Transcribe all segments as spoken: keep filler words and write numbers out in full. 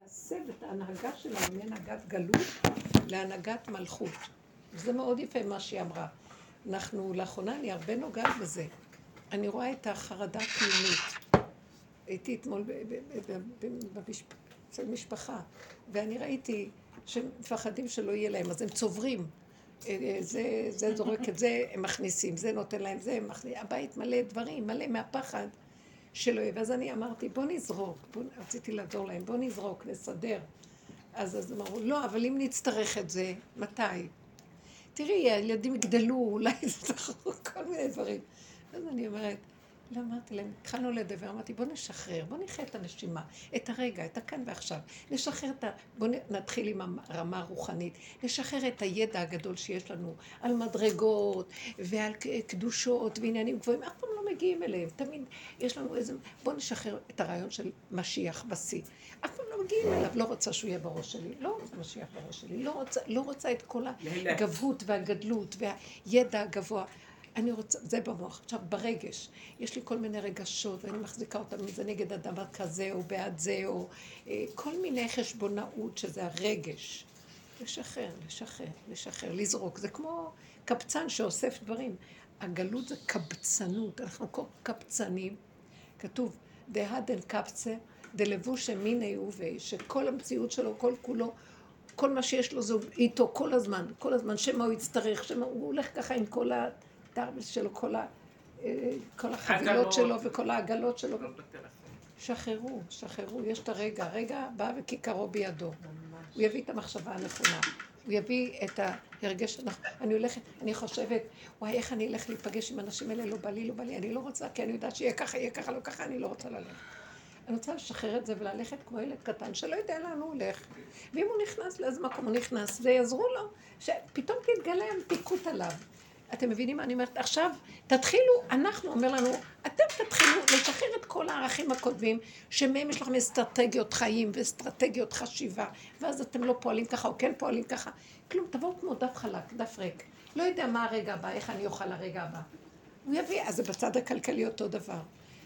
להסב את ההנהגה שלנו מהנהגת גלות להנהגת מלכות. זה מאוד יפה מה שהיא אמרה. אנחנו, לאחרונה, אני הרבה נוגעת בזה. אני רואה את החרדה הקיומית. הייתי אתמול אצל משפחה, ואני ראיתי שמפחדים שלא יהיה להם, אז הם צוברים. זה, זה זורק את זה, הם מכניסים, זה נותן להם, זה הם מכניסים. הבית מלא דברים, מלא מהפחד שלא יהיה. ואז אני אמרתי, בוא נזרוק, בוא, רציתי לעזור להם, בוא נזרוק, נסדר. אז אז אמרו, לא, אבל אם נצטרך את זה, מתי? תראי, הילדים יגדלו, אולי יצטרכו כל מיני דברים. אז אני אומרת, לא אמרתי להם, התחלנו לדבר, אמרתי, בוא נשחרר, בוא נחיה את הנשימה, את הרגע, את הכאן ועכשיו. נשחרר את ה... בוא נתחיל עם הרמה הרוחנית, נשחרר את הידע הגדול שיש לנו על מדרגות ועל קדושות ועניינים גבוהים, אף פעם לא מגיעים אליהם, תמיד יש לנו איזה... בוא נשחרר את הרעיון של משיח בשיא. אף פעם לא מגיעים אליו, לא רוצה שהוא יהיה בראש שלי, לא רוצה משיח בראש שלי, לא רוצה, לא רוצה את כל הגבות והגדלות והידע הגבוה. אני רוצה, זה במוח. עכשיו, ברגש, יש לי כל מיני רגשות, ואני מחזיקה אותם, אם זה נגד אדם כזה, או בעד זה, או אה, כל מיני חשבונאות, שזה הרגש. לשחרר, לשחרר, לשחרר, לזרוק. זה כמו קבצן שאוסף דברים. הגלות זה קבצנות, אנחנו כל קבצנים. כתוב, דהדן קבצה, דלבוש מיני הוא, שכל המציאות שלו, כל כולו, כל מה שיש לו זה איתו כל הזמן, כל הזמן, שמה הוא יצטרך, שמה הוא הולך ככה עם כל התרבס שלו, כל, ה, כל החבילות שלו וכל העגלות שלו. שחררו, שחררו, יש את הרגע, הרגע בא וכיכרו בידו. הוא יביא את המחשבה הנכונה, הוא יביא את ההרגש, אני הולכת, אני חושבת, וואי, איך אני אלך להיפגש עם אנשים האלה, לא בא לי, לא בא לי, אני לא רוצה, כי אני יודעת שיהיה ככה, יהיה ככה, לא ככה, אני לא רוצה ללכת. אני רוצה לשחרר את זה וללכת כמו ילד קטן שלא יודע לאן הוא הולך. ואם הוא נכנס לאיזה מקום הוא נכנס, ויעזרו לו, שפתאום תתגלה המתיקות עליו. אתם מבינים מה אני אומרת? עכשיו, תתחילו, אנחנו אומר לנו, אתם תתחילו לשחרר את כל הערכים הקודמים, שמהם יש לכם אסטרטגיות חיים ואסטרטגיות חשיבה, ואז אתם לא פועלים ככה או כן פועלים ככה. כלום, תבואו כמו דף חלק, דף ריק. לא יודע מה הרגע הבא, איך אני אוכל הרגע הבא. הוא יביא, אז זה בצד הכלכלי אותו דבר.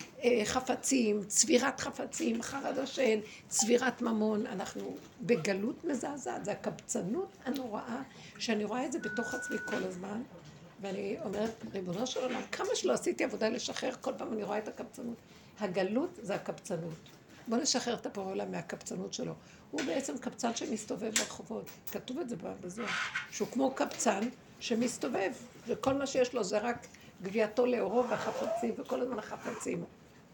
חפצים, צבירת חפצים, חרד השן, צבירת ממון, אנחנו בגלות מזעזעת, זה הקבצנות הנוראה, שאני רואה את זה בתוך עצמי כל הזמן, ואני אומרת, ריבונו של עולם, כמה שלא עשיתי עבודה לשחרר, כל פעם אני רואה את הקבצנות. הגלות זה הקבצנות. בוא נשחרר את הבורא עולם מהקבצנות שלו. הוא בעצם קבצן שמסתובב ברחובות. כתוב את זה בזוהר, שהוא כמו קבצן שמסתובב, וכל מה שיש לו זה רק גבייתו לאורו והחפצים, וכל הזמן החפצים.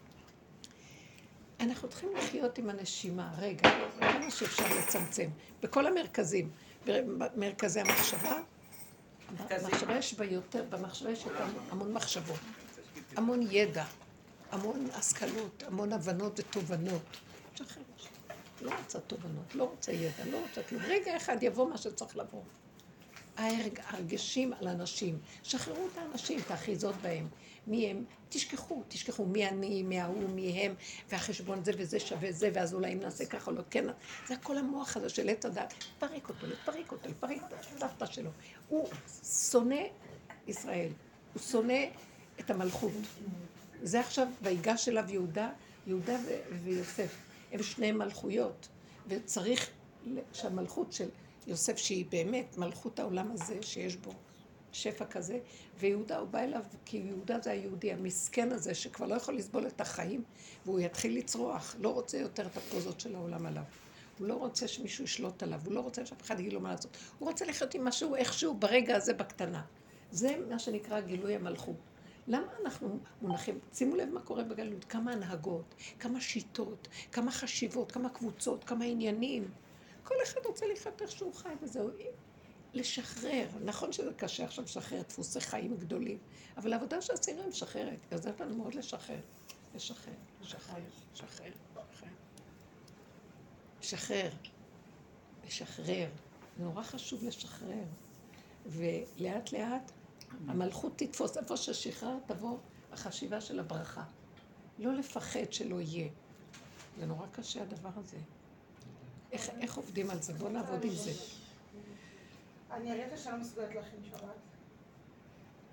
אנחנו צריכים לחיות עם הנשימה, רגע, כמה שאפשר לצמצם. בכל המרכזים, במרכזי המחשבה, במחשבה יש ביותר, במחשבה יש המון מחשבות, המון ידע, המון השכלות, המון הבנות ותובנות. שחרר, לא רוצה תובנות, לא רוצה ידע, לא רוצה כלום. רגע אחד יבוא מה שצריך לבוא. ההרגשים על אנשים, שחררו את האנשים, את האחיזות בהם. מי הם? תשכחו, תשכחו מי אני, מי ההוא, מי הם, והחשבון זה וזה שווה זה, ואז אולי אם נעשה ככה או לא, כן, זה הכל המוח הזה של עת הדעת, לפרק אותו, לפרק אותו, לפרק את הדווקא שלו. הוא שונא ישראל, הוא שונא את המלכות. זה עכשיו, ויגש אליו יהודה, יהודה ו- ויוסף, הם שני מלכויות, וצריך שהמלכות של יוסף שהיא באמת מלכות העולם הזה שיש בו שפע כזה, ויהודה הוא בא אליו כי יהודה זה היהודי המסכן הזה שכבר לא יכול לסבול את החיים והוא יתחיל לצרוח, לא רוצה יותר את הפוזות של העולם עליו, הוא לא רוצה שמישהו ישלוט עליו, הוא לא רוצה שאף אחד יגיד לו מה לעשות, הוא רוצה לחיות עם משהו איכשהו ברגע הזה בקטנה. זה מה שנקרא גילוי המלכות. למה אנחנו מונחים? שימו לב מה קורה בגלות, כמה הנהגות, כמה שיטות, כמה חשיבות, כמה קבוצות, כמה עניינים. כל אחד רוצה לחיות איך שהוא חי וזהו. לשחרר, נכון שזה קשה עכשיו לשחרר דפוסי חיים גדולים, אבל העבודה שעשינו היא משחררת, עוזר לנו מאוד לשחרר. לשחרר, לשחרר, לשחרר, לשחרר. לשחרר, לשחרר. נורא חשוב לשחרר. ולאט לאט המלכות תתפוס, איפה ששחרר תבוא החשיבה של הברכה. לא לפחד שלא יהיה. זה נורא קשה הדבר הזה. איך, איך עובדים על זה? בוא נעבוד עם זה. אני הרגע שאני לא מסוגלת להכין שבת.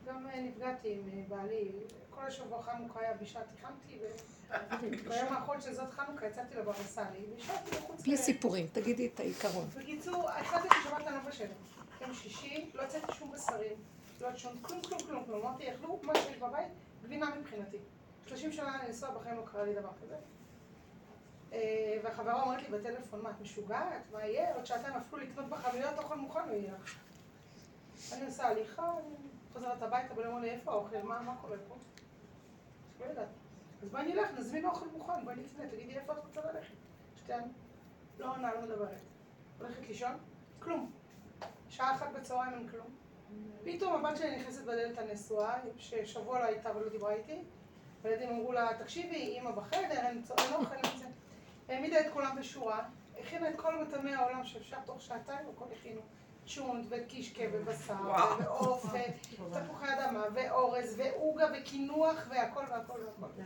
גם נפגעתי עם בעלי, כל השבוע חנוכה היה בישת, הכנתי, וביום האחרון של זאת חנוכה יצאתי לברסה, בישתי בחוץ. בלי סיפורים, תגידי את העיקרון. בקיצור, החלטתי שבת לנוף השני. יום שישי, לא יצאתי שום בשרים, לא יצאתי שום כלום, כלום, כלום, כלום. אמרתי, יאכלו מה שיש בבית, גבינה מבחינתי. שלושים שנה אני נסוע בחיים לא קרה לי דבר כזה. והחברה אומרת לי בטלפון, מה, את משוגעת? מה יהיה? עוד שעתיים אפילו לקנות בחנויות, אוכל מוכן לא יהיה. אני עושה הליכה, אני חוזרת הביתה, בלי אומר לי, איפה האוכל? מה, מה קורה פה? לא יודעת. אז בואי נלך, נזמין אוכל מוכן, בואי נקנה, תגידי איפה את רוצה ללכת? שתיין, לא עונה, לא מדברת. הולכת לישון? כלום. שעה אחת בצהריים אין כלום. פתאום הבת שלי נכנסת בדלת הנשואה, ששבוע לא הייתה ולא דיברה איתי. הילדים אמרו לה, תקשיבי, אמא בחדר, אין אוכל, אין זה. העמידה את כולם בשורה, הכינה את כל מטעמי העולם שאפשר תוך שעתיים, וכל הכינו צ'ונט וקישקה ובשר ועוף ותפוחי אדמה ואורז ועוגה וקינוח והכל והכל והכל.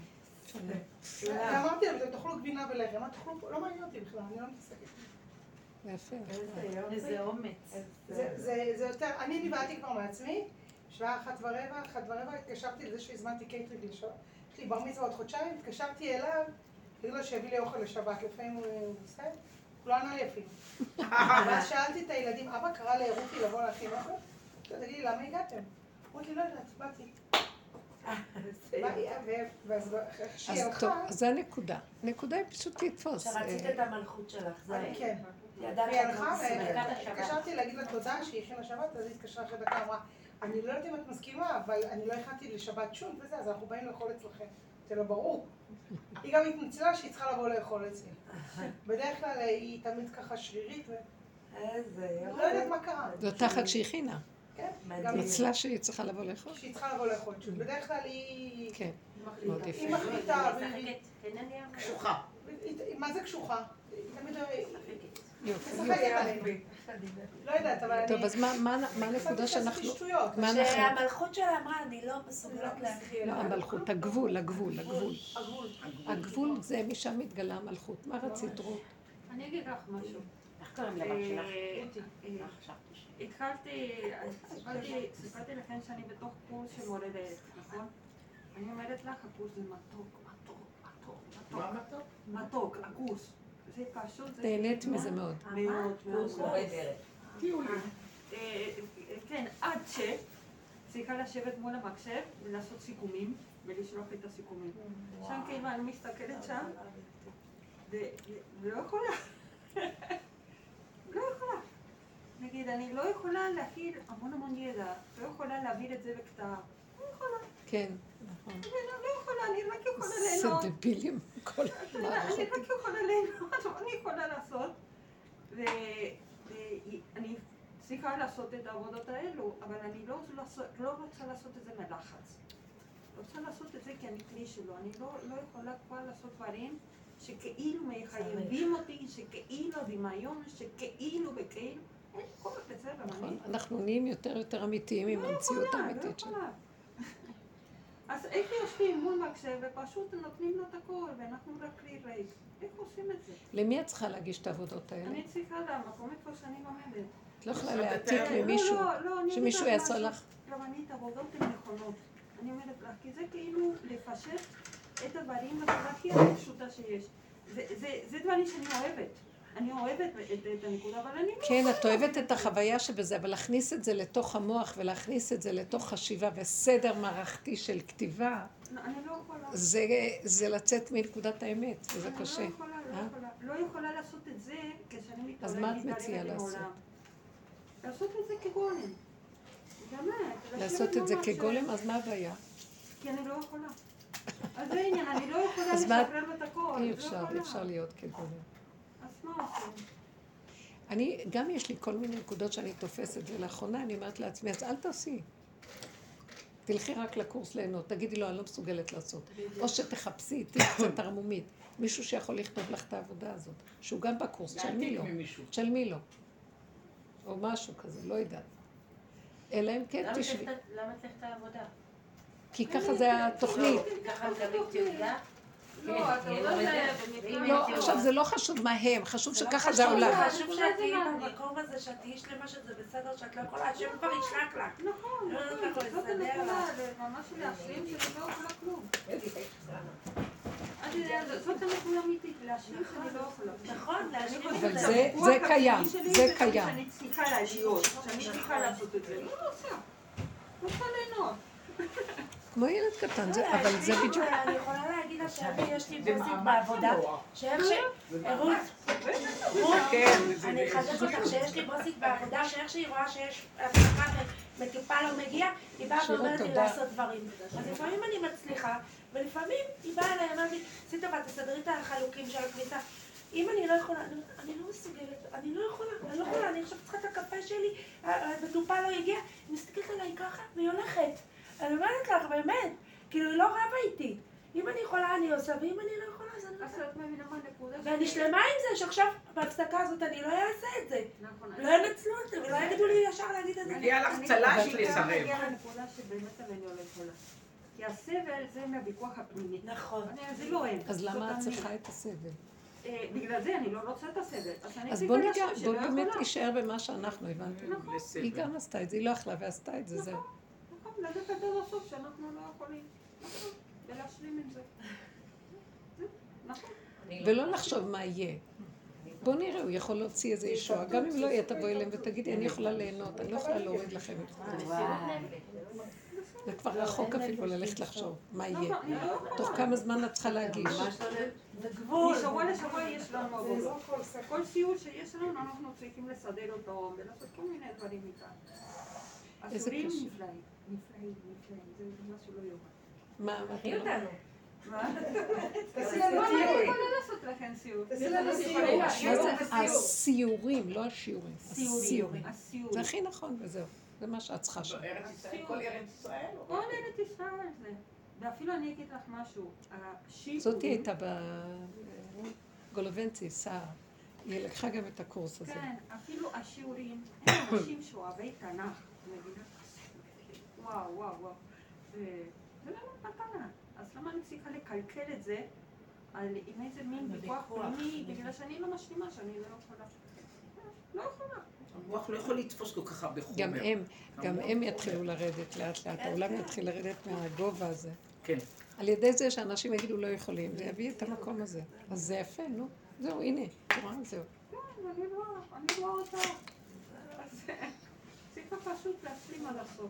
אמרתי להם, אתם תאכלו גבינה ולחם, מה תאכלו פה? לא מעניין אותי בכלל, אני לא מתעסקת. יפה. איזה אומץ. זה יותר, אני נבעתי כבר מעצמי, שעה אחת ורבע, אחת ורבע, התקשרתי לזה שהזמנתי קייטריג לשבת. יש לי בר מצווה עוד חודשיים, התקשרתי אליו, תגיד לו שיביא לי אוכל לשבת, לפעמים הוא עושה, הוא לא ענה לי אפילו. ואז שאלתי את הילדים, אבא קרא לרותי לבוא להכין אוכל? תגידי, למה הגעתם? אמרתי לי, לא יודעת, באתי. ואז שהיא הלכה... אז זה הנקודה. הנקודה היא פשוט לתפוס. שרצית את המלכות שלך, זה... כן. והיא הלכה, והתקשרתי להגיד לה תודה שהיא הכינה שבת, אז היא התקשרה אחרי דקה, אמרה, אני לא יודעת אם את מסכימה, אבל אני לא הכנתי לשבת שום וזה, אז אנחנו באים לאכול אצלכם. זה לא ברור. היא גם התנצלה שהיא צריכה לבוא לאכול אצלי. בדרך כלל היא תמיד ככה שרירית ו... איזה... לא יודעת מה קרה. זו תחת שהכינה. כן. ניצלה שהיא צריכה לבוא לאכול? שהיא צריכה לבוא לאכול. בדרך כלל היא... כן. היא מחליטה. קשוחה. מה זה קשוחה? היא תמיד... יופי. לא יודעת, אבל אני... טוב, אז מה הנקודה שאנחנו... שהמלכות שלה אמרה, אני לא מסוגלת להכיל. לא, המלכות, הגבול, הגבול, הגבול. הגבול. הגבול זה משם מתגלה המלכות. מה רצית רות? אני אגיד לך משהו. איך קוראים לבת שלך? התחלתי, סיפרתי לכם שאני בתוך קורס של מורה דרך, נכון? אני אומרת לך, הקורס זה מתוק, מתוק, מתוק, מתוק. מה מתוק? מתוק, הקורס. זה פשוט... נהנית מזה מאוד. מאוד, מאוד. מורה דרך. טיולים. כן, עד שצריכה לשבת מול המחשב ולעשות סיכומים ולשלוח את הסיכומים. שם כאילו אני מסתכלת שם ולא יכולה. לא יכולה. נגיד, אני לא יכולה להכיל המון המון ידע, לא יכולה להעביר את זה בכתב. לא יכולה. כן, נכון. אני לא יכולה, אני רק יכולה ליהנות. זה דבילים, כל המערכות. אני רק יכולה ליהנות, מה אני יכולה לעשות? ואני צריכה לעשות את העבודות האלו, אבל אני לא רוצה לעשות את זה מלחץ. רוצה לעשות את זה כי אני כלי שלו. אני לא יכולה כבר לעשות דברים שכאילו מחייבים אותי, שכאילו דמיון, שכאילו וכאילו. אין כוח לזה גם אני. אנחנו נהיים יותר יותר אמיתיים עם המציאות האמיתית שלנו. אז איך יושבים מול מחשב ופשוט נותנים לו את הכל ואנחנו רק כלי ריק? איך עושים את זה? למי את צריכה להגיש את העבודות האלה? אני צריכה למקום איפה שאני לומדת. את לא יכולה להעתיק למישהו, שמישהו יעשה לך. רבנית, העבודות הן נכונות. אני אומרת לך, כי זה כאילו לפשט את הדברים בצורה הכי פשוטה שיש. זה דברים שאני אוהבת. אני אוהבת את הנקודה, אבל אני לא... כן, את אוהבת את החוויה שבזה, אבל להכניס את זה לתוך המוח ולהכניס את זה לתוך חשיבה וסדר מערכתי של כתיבה, אני לא יכולה. זה לצאת מנקודת האמת, וזה קשה. אני לא יכולה, לא יכולה. לא יכולה לעשות את זה כשאני מתעוררת. אז מה את מציעה לעשות? לעשות את זה כגולם. באמת. לעשות את זה כגולם, אז מה הבעיה? כי אני לא יכולה. אז זה עניין, אני לא יכולה לשחרר את הכל. אי אפשר, אי אפשר להיות כגולם. אז מה עושים? אני, גם יש לי כל מיני נקודות שאני תופסת, ולאחרונה אני אומרת לעצמי, אז אל תעשי. תלכי רק לקורס ליהנות, תגידי לו, אני לא מסוגלת לעשות. או שתחפשי, תהיי קצת ערמומית. מישהו שיכול לכתוב לך את העבודה הזאת, שהוא גם בקורס, תשלמי לו. תשלמי לו. או משהו כזה, לא יודעת. אלא אם כן תשבי. למה צריך את העבודה? כי ככה זה התוכנית. ככה מקבלים תעודה? לא, אתה אומר זה... לא, עכשיו זה לא חשוב מה הם, חשוב שככה זה העולם. חשוב שאת תהיי במקום הזה, שאת תהיי שלמה שזה בסדר, שאת לא יכולה, השם כבר ישלח לך. נכון, נכון, זאת הנקודה, ממש להשלים שאני לא יכולה כלום. זאת הנקודה אמיתית, להשלים שאני לא יכולה. נכון, להשלים את אבל זה. זה זה קיים, זה קיים. שאני צריכה להיות, שאני צריכה לעשות את זה. לא עושה. לא רוצה ליהנות. כמו ילד קטן, זה- לא, אבל זה להשלים, בדיוק... אני יכולה להגיד לך שאני יש לי בוסית בעבודה, שאיך ש... רות, רות, אני אחדש אותך שיש לי בוסית בעבודה, שאיך שהיא רואה שיש הבטחה ומטופל לא מגיע, היא באה שירה, ואומרת לי תודה. לעשות דברים. אז לפעמים אני מצליחה, ולפעמים היא באה אליי, אמרת לי, עשי טובה, תסדרי את החלוקים של הכניסה. אם אני לא יכולה, אני אומרת, אני לא מסוגלת, אני לא יכולה, אני לא יכולה, אני עכשיו צריכה את הקפה שלי, המטופל לא הגיע, היא מסתכלת עליי ככה, והיא הולכת. אני אומרת לך, באמת, כאילו היא לא רבה איתי. אם אני יכולה אני עושה, ואם אני לא יכולה אז אני אז עושה. את מבינה מה הנקודה שלי? ואני שלמה עם זה, שעכשיו בהפסקה הזאת אני לא אעשה את זה. נכון. לא ינצלו את זה, ולא יגידו לי ישר להגיד את זה. מגיע לך צל"ש אני לסרב. מגיעה לנקודה שבאמת אני לא יכולה. כי הסבל זה מהוויכוח הפנימי. נכון. אני- זה לא הם. אז זאת למה את אני. צריכה את הסבל? אה, בגלל זה אני לא רוצה את הסבל. אז אני אז צריכה בוא ניגע, להשלים בוא שלא באמת יכולה. נשאר במה שאנחנו הבנתי. לסבל. היא גם עשתה את זה, היא לא יכלה ועשתה את זה, זהו. נכון, ללכת עד הסוף שאנחנו לא יכולים. נכון, ולהשלים עם זה. זה, נכון. ולא לחשוב מה יהיה. בוא נראה, הוא יכול להוציא איזה ישועה. גם אם לא יהיה, תבואי אליהם ותגידי, אני יכולה ליהנות, אני לא יכולה להוריד לכם את זה. זה כבר רחוק אפילו ללכת לחשוב מה יהיה. תוך כמה זמן את צריכה להגיש. זה גבול. משבוע לשבוע יש לנו עבודות. כל סיור שיש לנו אנחנו צריכים לסדר אותו ולעשות כל מיני דברים איתם. איזה אסורים קשה. נפלאים, נפלאים, נפלאים, זה משהו לא יאומן. מה, מה תהיי את אומרת? אותנו. מה? תעשי לנו אני טיול. יכולה לעשות לכם סיור. תעשי לנו סיור. מה זה בסיור. הסיורים, לא השיעורים. הסיורים. הסיור. זה הכי נכון וזהו. זה מה שאת צריכה שם. ארץ ישראל, כל ארץ ישראל. או כל רק- ארץ ישראל זה. ואפילו אני אגיד לך משהו. השיעורים... זאתי הייתה בגולובנצי, סער. היא לקחה גם את הקורס הזה. כן, אפילו השיעורים, הם אנשים שאוהבי תנ"ך, מבינה? וואו, וואו, וואו. זה זה לא מתנה. אז למה אני צריכה לקלקל את זה על עם איזה מין ויכוח פנימי, בגלל שאני לא משלימה, שאני לא יכולה. לא יכולה. המוח לא יכול לתפוס כל כך הרבה חומר. גם הם, גם הם יתחילו לרדת לאט לאט, העולם יתחיל לרדת מהגובה הזה. כן. על ידי זה שאנשים יגידו לא יכולים, זה יביא את המקום הזה. אז זה יפה, נו. זהו, הנה, תראה, זהו. כן, אני לא, אני לא רוצה. אז צריכה פשוט להשלים עד הסוף.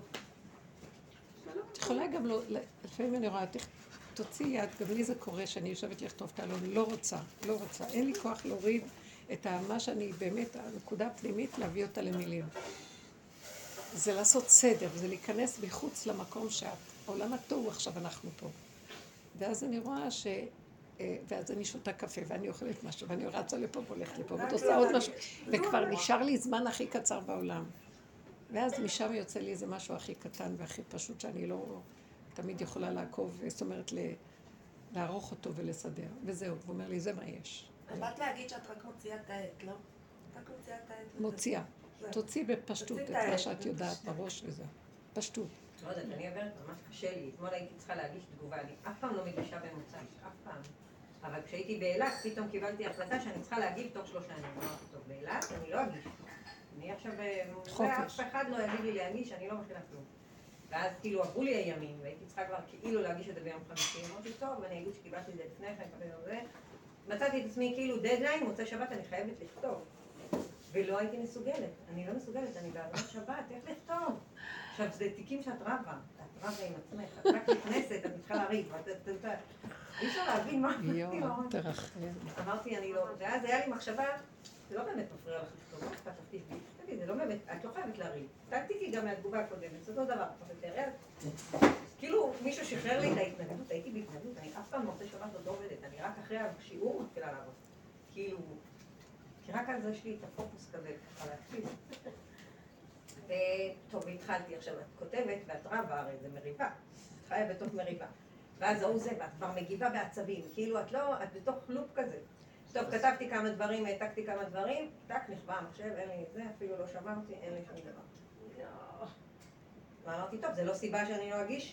את יכולה גם לא, לפעמים אני רואה, תכ- תוציאי יד, גם לי זה קורה שאני יושבת לכתוב את העלון, לא רוצה, לא רוצה. אין לי כוח להוריד את ה- מה שאני באמת, הנקודה הפנימית, להביא אותה למילים. זה לעשות סדר, זה להיכנס מחוץ למקום שאת, העולם התוהו עכשיו אנחנו פה. ואז אני רואה ש... אה, ואז אני שותה קפה ואני אוכלת משהו ואני רצה לפה והולכת לפה ואת עושה עוד משהו וכבר נשאר לי זמן הכי קצר בעולם. ואז משם יוצא לי איזה משהו הכי קטן והכי פשוט שאני לא תמיד יכולה לעקוב, זאת אומרת ל... לערוך אותו ולסדר, וזהו, הוא אומר לי, זה מה יש. אז באת להגיד שאת רק מוציאה את העט, לא? רק מוציאה את העט. מוציאה. זהו. תוציא בפשטות תוציא את את העט. מה שאת יודעת בראש וזהו. פשטות. לא יודעת, אני עוברת, ממש קשה לי. אתמול הייתי צריכה להגיש תגובה, אני אף פעם לא מגישה במוצאי, אף פעם. אבל כשהייתי באילת, פתאום קיבלתי החלטה שאני צריכה להגיב תוך שלושה ימים. אמרתי, טוב, באילת אני לא אגיש. אני עכשיו, חופש. אף אחד לא יגיד לי להגיש, אני לא מכינה כלום. ואז כאילו עברו לי הימים, והייתי צריכה כבר כאילו להגיש את זה ביום חמישי. אמרתי, טוב, אני אגיד שקיבלתי את זה לפני כן, כזה וזה. מצאתי את עצמי כאילו דדליין, מוצאי שבת אני חייבת לכתוב. ולא הייתי מסוגלת. אני לא מסוגלת, אני בעבודת שבת, איך לכתוב? עכשיו, זה תיקים שאת רבה. את רבה עם עצמך, את רק נכנסת, את מתחילה לריב, ואת... את- את- אי אפשר להבין מה... יואו, תרחם. אמרתי, אני לא... ואז היה לי מחשבה, זה לא באמת מפריע לך לכתוב, לא אכפת לך תשבי. תגידי, זה לא באמת, את לא חייבת להריב. תעתיקי גם מהתגובה הקודמת, זה אותו דבר, אבל תראה, כאילו מישהו שחרר לי את ההתנגדות, הייתי בהתנגדות, אני אף פעם מוצאי שבת עוד לא עובדת, אני רק אחרי השיעור מתחילה לעבוד. כאילו, כי רק על זה יש לי את הפוקוס כזה, ככה להקשיב. טוב, התחלתי עכשיו, את כותבת ואת רבה, הרי זה מריבה. את חיה בתוך מריבה. ואז זהו זה, ואת כבר מגיבה בעצבים, כאילו את לא, את בתוך לופ כזה. טוב, כתבתי כמה דברים, העתקתי כמה דברים, טק, נכבה המחשב, אין לי את זה, אפילו לא שמרתי, אין לי שום דבר. ואמרתי, טוב, זה לא סיבה שאני לא אגיש.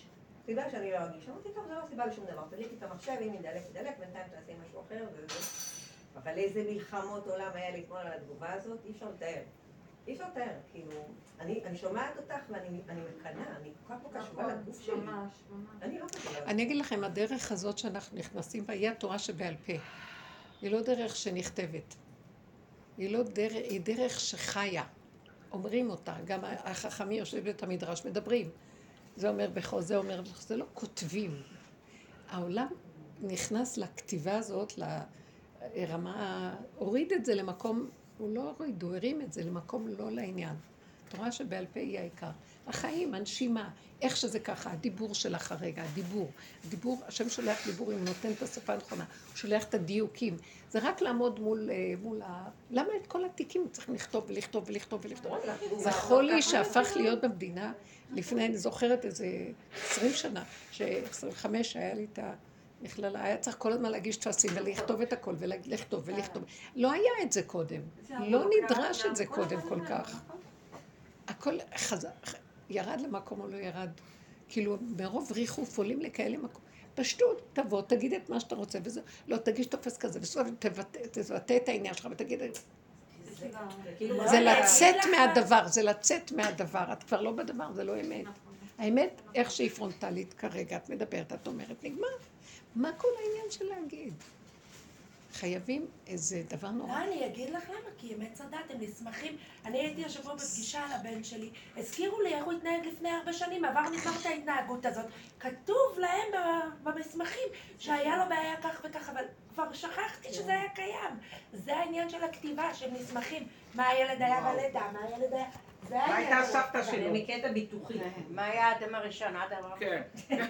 תדע שאני לא ארגיש. אמרתי, טוב, זה לא סיבה לשום דבר. תדליקי את המחשב, אם ידלק, ידלק, בינתיים תעשי משהו אחר וזה. אבל איזה מלחמות עולם היה לי אתמול על התגובה הזאת, אי אפשר לתאר. אי אפשר לתאר, כאילו, אני, אני שומעת אותך ואני אני מקנה, אני כל כך לא קשובה לגוף שלי. ממש, ממש. אני לא קשובה. אני אגיד לכם, הדרך הזאת שאנחנו נכנסים בה היא התורה שבעל פה. היא לא דרך שנכתבת. היא לא דרך, היא דרך שחיה. אומרים אותה, גם החכמים יושבים בית המדרש, מדברים. זה אומר בכל, זה אומר בכל, זה לא כותבים. העולם נכנס לכתיבה הזאת, לרמה, הוריד את זה למקום, הוא לא הוריד, הוא הרים את זה למקום לא לעניין. תורה שבעל פה היא העיקר. החיים, הנשימה, איך שזה ככה, הדיבור שלך הרגע, הדיבור. הדיבור, השם שולח דיבורים, הוא נותן את השפה הנכונה, הוא שולח את הדיוקים. זה רק לעמוד מול, מול ה... למה את כל התיקים צריך לכתוב ולכתוב ולכתוב ולכתוב? זה חולי שהפך להיות במדינה, לפני, אני זוכרת איזה עשרים שנה, ש-עשרים וחמש היה לי את ה... בכלל, היה צריך כל הזמן להגיש טפסים ולכתוב את הכל ולכתוב ולכתוב. לא היה את זה קודם, לא נדרש את זה קודם כל כך. הכל חזר, ירד למקום או לא ירד, כאילו מרוב ריחוף עולים לכאלה מקום. פשטות, תבוא, תגיד את מה שאתה רוצה, וזה, לא, תגיש טופס כזה, בסוף תבטא את העניין שלך ותגיד את זה. זה לצאת מהדבר, זה לצאת מהדבר, את כבר לא בדבר, זה לא אמת. האמת, איך שהיא פרונטלית כרגע, את מדברת, את אומרת, נגמר. מה כל העניין של להגיד? חייבים איזה דבר נורא. לא, אני אגיד לך למה, כי אמת צדת, הם נשמחים. אני הייתי השבוע בפגישה על הבן שלי, הזכירו לי איך הוא התנהג לפני הרבה שנים, עבר נגמר את ההתנהגות הזאת. כתוב להם במסמכים שהיה לו בעיה כך וכך, אבל כבר שכחתי שזה היה קיים. זה העניין של הכתיבה, שהם נשמחים. מה הילד היה בלידה, מה הילד היה... מה הייתה הסבתא שלו? זה מקטע ביטוחי. מה היה האדם הראשון? האדם הראשון? כן.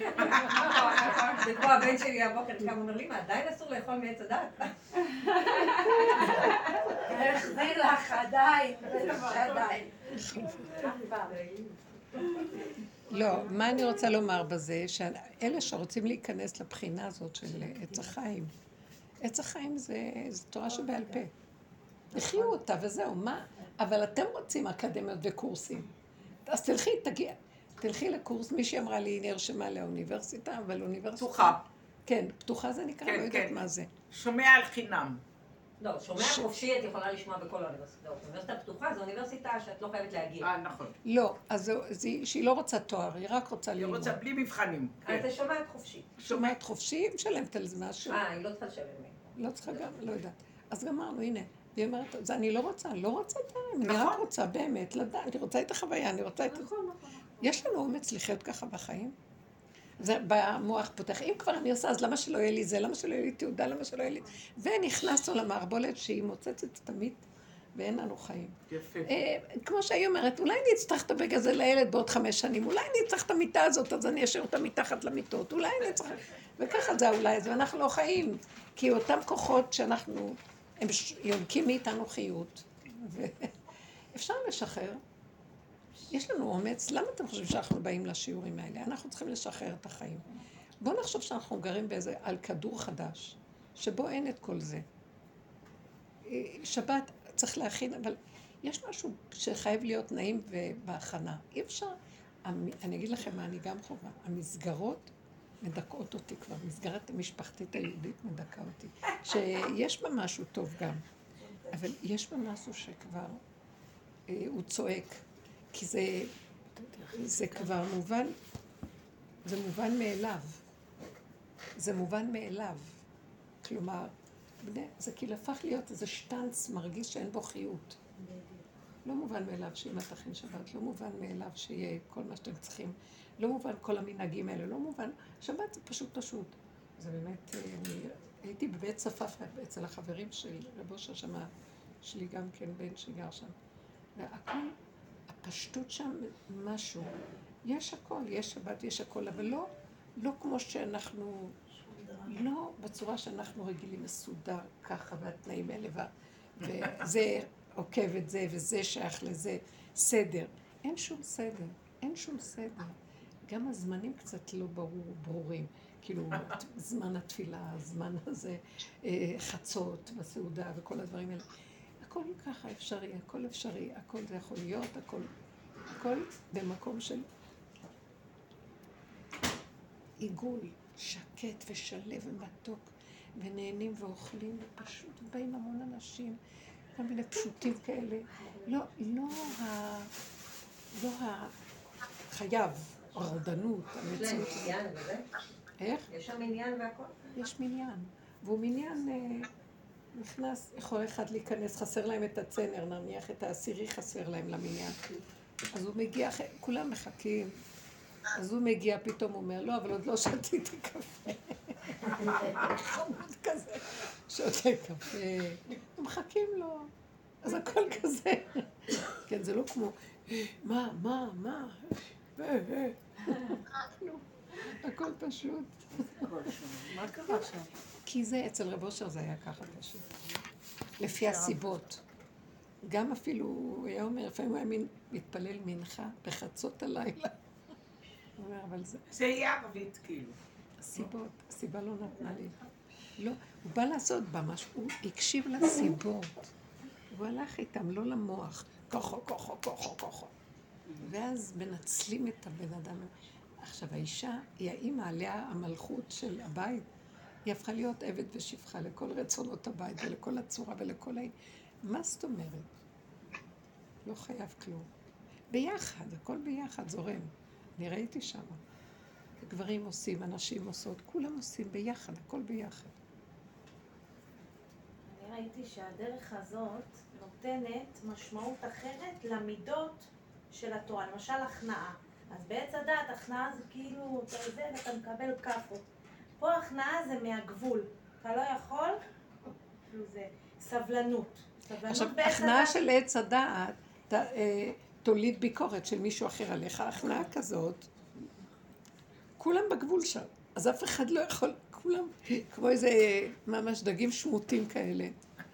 זה כמו הבן שלי הבוקר, כמה אומר לי, מה, עדיין אסור לאכול מעץ הדת? החזיר לך, עדיין, עדיין. לא, מה אני רוצה לומר בזה, שאלה שרוצים להיכנס לבחינה הזאת של עץ החיים, עץ החיים זה תורה שבעל פה. תחיו אותה וזהו, מה? אבל אתם רוצים אקדמיות וקורסים. אז תלכי, תגיע, תלכי לקורס, מישהי אמרה לי, היא נרשמה לאוניברסיטה, אבל אוניברסיטה... פתוחה. כן, פתוחה זה נקרא, כן, לא יודעת כן. מה זה. שומע על חינם. לא, שומע חופשי את יכולה לשמוע בכל האוניברסיטאות. אוניברסיטה פתוחה זו אוניברסיטה שאת לא חייבת להגיע. אה, נכון. לא, אז זו- זה- שהיא לא רוצה תואר, היא רק רוצה היא ללמוד. רוצה בלי מבחנים. אז זה שומעת חופשי. שומעת חופשי, היא משלמת על זה משהו. אה, היא לא צריכה לשלם לי. לא צריכה גם, לא יודעת. אז גמרנו, הנה. והיא אומרת, זה אני לא רוצה, אני לא רוצה את העם, אני רק נכון. רוצה באמת לדעת, אני רוצה את החוויה, אני רוצה את... יש לנו אומץ לחיות ככה בחיים? זה במוח פותח. אם כבר אני עושה, אז למה שלא יהיה לי זה? למה שלא יהיה לי תעודה? למה שלא יהיה לי... ונכנסנו למערבולת שהיא מוצצת תמיד, ואין לנו חיים. יפה. אה, כמו שהיא אומרת, אולי אני אצטרך את הבג הזה לילד בעוד חמש שנים, אולי אני אצטרך את המיטה הזאת, אז אני אשאיר אותה מתחת למיטות, אולי אני אצטרך... וככה זה אולי, ואנחנו לא חיים. כי אותם כוחות שאנחנו, הם ש- יונקים מאיתנו חיות, ואפשר לשחרר. יש לנו אומץ, למה אתם חושבים שאנחנו באים לשיעורים האלה? אנחנו צריכים לשחרר את החיים. בואו נחשוב שאנחנו גרים באיזה, על כדור חדש, שבו אין את כל זה. שבת צריך להכין, אבל יש משהו שחייב להיות נעים ובהכנה. אי אפשר, אני אגיד לכם מה, אני גם חובה. המסגרות מדכאות אותי כבר, מסגרת המשפחתית היהודית מדכא אותי. שיש בה משהו טוב גם, אבל יש בה משהו שכבר אה, הוא צועק, כי זה, זה כבר מובן, זה מובן מאליו. זה מובן מאליו. כלומר, זה כאילו הפך להיות איזה שטנץ מרגיש שאין בו חיות. לא מובן מאליו שאמא תכין שבת, לא מובן מאליו שיהיה כל מה שאתם צריכים, לא מובן כל המנהגים האלה, לא מובן, שבת זה פשוט פשוט. זה באמת, אני הייתי בבית צפף אצל החברים של רב אושר שמה, שלי גם כן בן שגר שם, והכל, הפשטות שם משהו, יש הכל, יש שבת, יש הכל, אבל לא, לא כמו שאנחנו, לא בצורה שאנחנו רגילים מסודר ככה, והתנאים האלה, וזה עוקב את זה, וזה שייך לזה, סדר. אין שום סדר, אין שום סדר. גם הזמנים קצת לא ברור, ברורים. כאילו, זמן התפילה, הזמן הזה, חצות בסעודה וכל הדברים האלה. הכל ככה אפשרי, הכל אפשרי, הכל זה יכול להיות, הכל, הכל במקום של... עיגול שקט ושלב ומתוק, ונהנים ואוכלים, ופשוט באים המון אנשים, כל מיני פשוטים כאלה. לא, לא ה... לא החייב, הרודנות, המציאות. יש להם עניין וזה? איך? יש שם עניין והכל? יש מניין, והוא מניין אה, נכנס, יכול אחד להיכנס, חסר להם את הצנר, נניח את העשירי חסר להם למניין. אז הוא מגיע, כולם מחכים, אז הוא מגיע, פתאום הוא אומר, לא, אבל עוד לא שתיתי קפה. חמוד כזה, שותה קפה, הם מחכים לו, אז הכל כזה. כן, זה לא כמו, מה, מה, מה, הכל פשוט. מה קרה שם? כי זה, אצל רב אושר זה היה ככה פשוט. לפי הסיבות. גם אפילו, הוא היה אומר, לפעמים הוא היה מתפלל מנחה בחצות הלילה. הוא אומר, אבל זה... זה יהיה ערבית, כאילו. הסיבות, הסיבה לא נתנה לי. לא, הוא בא לעשות בה משהו, הוא הקשיב לסיבות. הוא הלך איתם, לא למוח. כוחו, כוחו, כוחו, כוחו. ואז מנצלים את הבן אדם. עכשיו, האישה היא האמא עליה המלכות של הבית. היא הפכה להיות עבד ושפחה לכל רצונות הבית ולכל הצורה ולכל ה... מה זאת אומרת? לא חייב כלום. ביחד, הכל ביחד, זורם. אני ראיתי שם. גברים עושים, אנשים עושות, כולם עושים ביחד, הכל ביחד. אני ראיתי שהדרך הזאת נותנת משמעות אחרת למידות של התורה. למשל, הכנעה. אז בעץ הדעת, הכנעה זה כאילו, אתה זה ואתה מקבל כפו. פה הכנעה זה מהגבול. אתה לא יכול, זה סבלנות. עכשיו, הכנעה של עץ הדעת, ת, אה, תוליד ביקורת של מישהו אחר עליך. הכנעה כזאת, כולם בגבול שם. אז אף אחד לא יכול, כולם, כמו איזה ממש דגים שמוטים כאלה.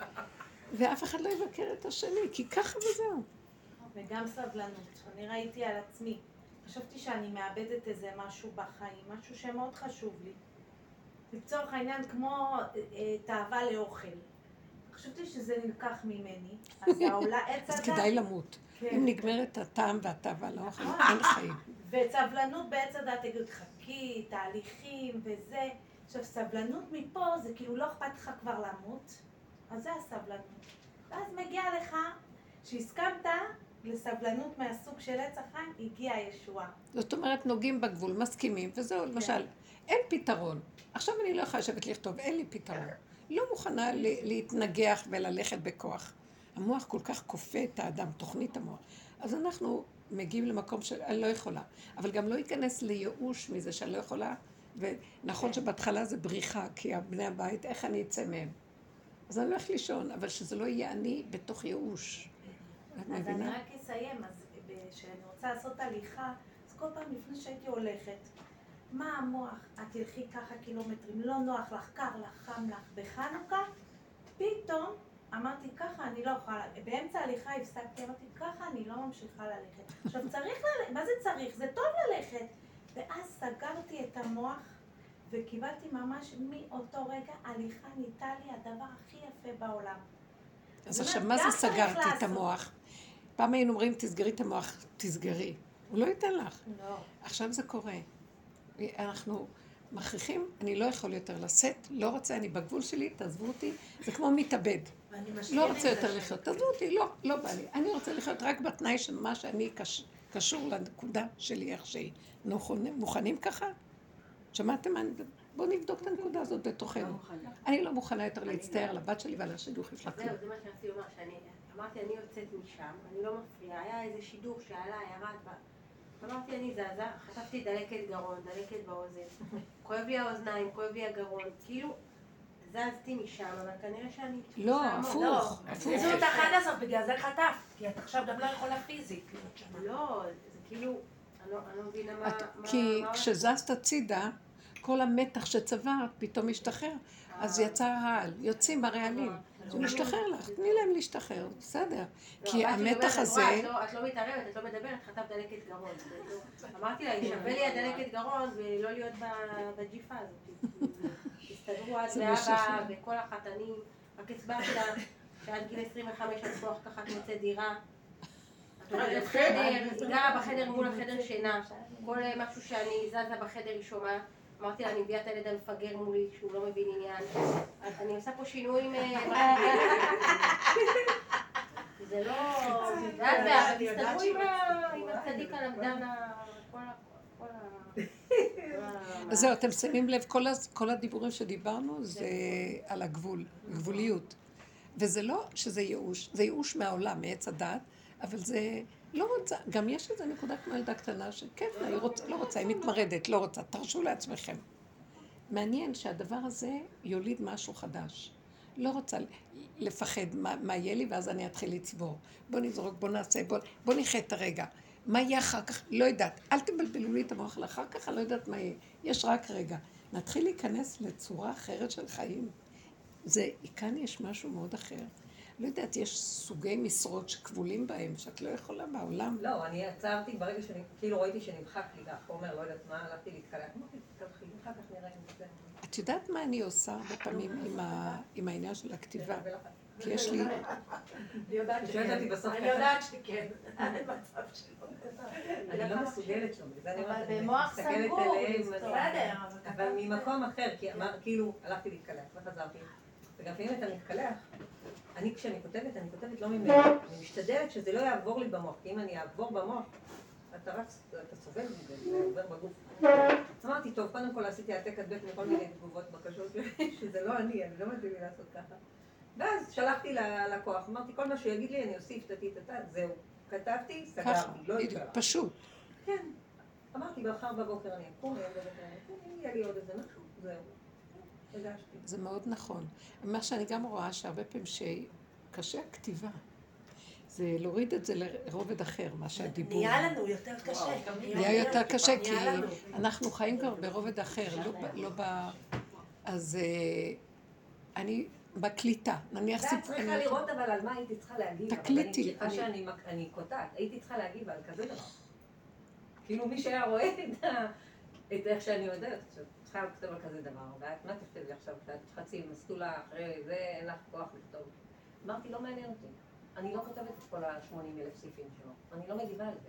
ואף אחד לא יבקר את השני, כי ככה וזהו. וגם סבלנות. אני ראיתי על עצמי. חשבתי שאני מאבדת איזה משהו בחיים, משהו שמאוד חשוב לי. לצורך העניין, כמו אה, תאווה לאוכל. חשבתי שזה נלקח ממני, אז העולה עץ אז הדת... כדאי למות. כן. אם נגמרת הטעם והתאווה לאוכל, אין חיים. וסבלנות בעץ הדת, תגיד, חכי, תהליכים וזה. עכשיו, סבלנות מפה זה כאילו לא אכפת לך כבר למות, אז זה הסבלנות. ואז מגיע לך שהסכמת לסבלנות מהסוג של עץ החיים, הגיעה הישועה. זאת אומרת, נוגעים בגבול, מסכימים, וזהו, למשל, אין פתרון. עכשיו אני לא יכולה לשבת לכתוב, אין לי פתרון. לא מוכנה להתנגח וללכת בכוח. המוח כל כך כופה את האדם, תוכנית המוח. אז אנחנו מגיעים למקום שאני לא יכולה. אבל גם לא ייכנס לייאוש מזה שאני לא יכולה. ונכון שבהתחלה זה בריחה, כי בני הבית, איך אני אצא מהם? אז אני לא הולך לישון, אבל שזה לא יהיה אני בתוך ייאוש. את אז מבינה? אני רק אסיים, אז כשאני רוצה לעשות הליכה, אז כל פעם לפני שהייתי הולכת, מה המוח? את תלכי ככה קילומטרים, לא נוח לך, קר לך, חם לך. בחנוכה, פתאום אמרתי ככה, אני לא יכולה, באמצע ההליכה הפסקתי, אמרתי ככה, אני לא ממשיכה ללכת. עכשיו צריך ללכת, מה זה צריך? זה טוב ללכת. ואז סגרתי את המוח וקיבלתי ממש מאותו רגע, הליכה נהייתה לי הדבר הכי יפה בעולם. אז עכשיו, מה זה סגרתי את המוח? פעם היינו אומרים, תסגרי את המוח, תסגרי. הוא לא ייתן לך. לא. עכשיו זה קורה. אנחנו מכריחים, אני לא יכול יותר לשאת, לא רוצה, אני בגבול שלי, תעזבו אותי. זה כמו מתאבד. לא רוצה יותר לחיות, תעזבו אותי, לא, לא בא לי. אני רוצה לחיות רק בתנאי של מה שאני קש, קשור לנקודה שלי, איך שהיא. מוכנים ככה? שמעתם? בואו נבדוק את הנקודה הזאת בתוכנו. אני לא מוכנה יותר להצטער על הבת שלי ועל השידוך של הכלום. זהו, זה מה שרציתי לומר, שאני אמרתי, אני יוצאת משם, אני לא מפריעה, היה איזה שידוך שעלה, ירד, אמרתי, אני זזה, חטפתי דלקת גרון, דלקת באוזן, כואב לי האוזניים, כואב לי הגרון, כאילו, זזתי משם, אבל כנראה שאני... לא, הפוך, הפוך. זה אותך עד הסוף, בגלל זה חטף, כי את עכשיו גם לא יכולה פיזית. לא, זה כאילו, אני לא מבינה מה... כי כשזזת הצידה, כל המתח שצברת פתאום משתחרר, אז יצא רעל, יוצאים הרעלים. זה משתחרר לך, תני להם להשתחרר, בסדר. כי המתח הזה... את לא מתערבת, את לא מדברת, חטף דלקת גרון. אמרתי לה, שווה לי הדלקת גרון ולא להיות בג'יפה הזאת. הסתדרו עד ואבא וכל החתנים, רק הסברת לה שעד גיל עשרים וחמש את כוח ככה תמצא דירה. את עובדת חדר, היא גרה בחדר מול החדר שינה. כל משהו שאני זזה בחדר היא שומעת. אמרתי לה, אני מביאה את הילד המפגר מולי, שהוא לא מבין עניין. אז אני עושה פה שינויים... זה לא... ואז תסתדרו עם הצדיק על המדן כל ה... אז זהו, אתם שמים לב, כל הדיבורים שדיברנו זה על הגבול, גבוליות. וזה לא שזה ייאוש, זה ייאוש מהעולם, מעץ הדעת, אבל זה לא רוצה, גם יש איזו נקודה כמו ילדה קטנה שכן, היא רוצה, לא רוצה, היא מתמרדת, לא רוצה, תרשו לעצמכם. מעניין שהדבר הזה יוליד משהו חדש. לא רוצה לפחד מה, מה יהיה לי, ואז אני אתחיל לצבור. בוא נזרוק, בוא נעשה, בוא, בוא נחיה את הרגע. מה יהיה אחר כך? לא יודעת. אל תבלבלו לי את המוח לאחר כך, אני לא יודעת מה יהיה. יש רק רגע. נתחיל להיכנס לצורה אחרת של חיים. זה, כאן יש משהו מאוד אחר. לא יודעת, יש סוגי משרות שכבולים בהם, שאת לא יכולה בעולם. לא, אני עצרתי ברגע שאני, כאילו ראיתי שנמחק לי החומר, לא יודעת מה, הלכתי להתקלח. אמרתי, תתקלחי, אחר כך נראה אם זה... את יודעת מה אני עושה הרבה פעמים עם, ה, עם העניין של הכתיבה? כי יש לי... אני יודעת שכן. אני יודעת שכן. אין מצב שלא. אני לא מסוגלת שם, בגלל זה אבל אני במוח מסתכלת סגור, עליהם, בסדר. אבל ממקום אחר, כי כאילו הלכתי להתקלח וחזרתי, וגם לפעמים אתה מתקלח, אני כשאני כותבת, אני כותבת לא ממני, אני משתדלת שזה לא יעבור לי במוח, כי אם אני אעבור במוח, אתה רץ, אתה סובל מזה, זה עובר בגוף. אמרתי, טוב, קודם כל עשיתי העתק הדבק מכל מיני תגובות בקשות, שזה לא אני, אני לא מתאים לי לעשות ככה. ואז שלחתי ללקוח, אמרתי, כל מה שהוא יגיד לי, אני אוסיף, תתי, תתה, זהו. כתבתי, סגרתי, לא התקלח. פשוט. כן. אמרתי, מחר בבוקר אני אקום, היום בבוקר אני אקום, אם יהיה לי עוד איזה משהו, זהו. הגשתי. זה מאוד נכון. מה שאני גם רואה שהרבה פעמים שקשה הכתיבה, זה להוריד את זה לרובד אחר, מה שהדיבור. נהיה לנו יותר קשה. נהיה יותר קשה, כי אנחנו חיים כבר ברובד אחר, לא ב... אז אני בקליטה, נניח סיפור... את צריכה לראות אבל על מה הייתי צריכה להגיב. תקליטי. אבל אני קוטעת, הייתי צריכה להגיב על כזה דבר. כאילו מי שהיה רואה את איך שאני יודעת, צריכה לכתוב על כזה דבר, ואת מה תכתבי עכשיו, כשאת חצי מסלולה אחרי זה, אין לך כוח לכתוב. אמרתי, לא מעניין אותי. אני לא כותבת את כל ה-שמונים אלף סעיפים שלו, אני לא מגיבה על זה.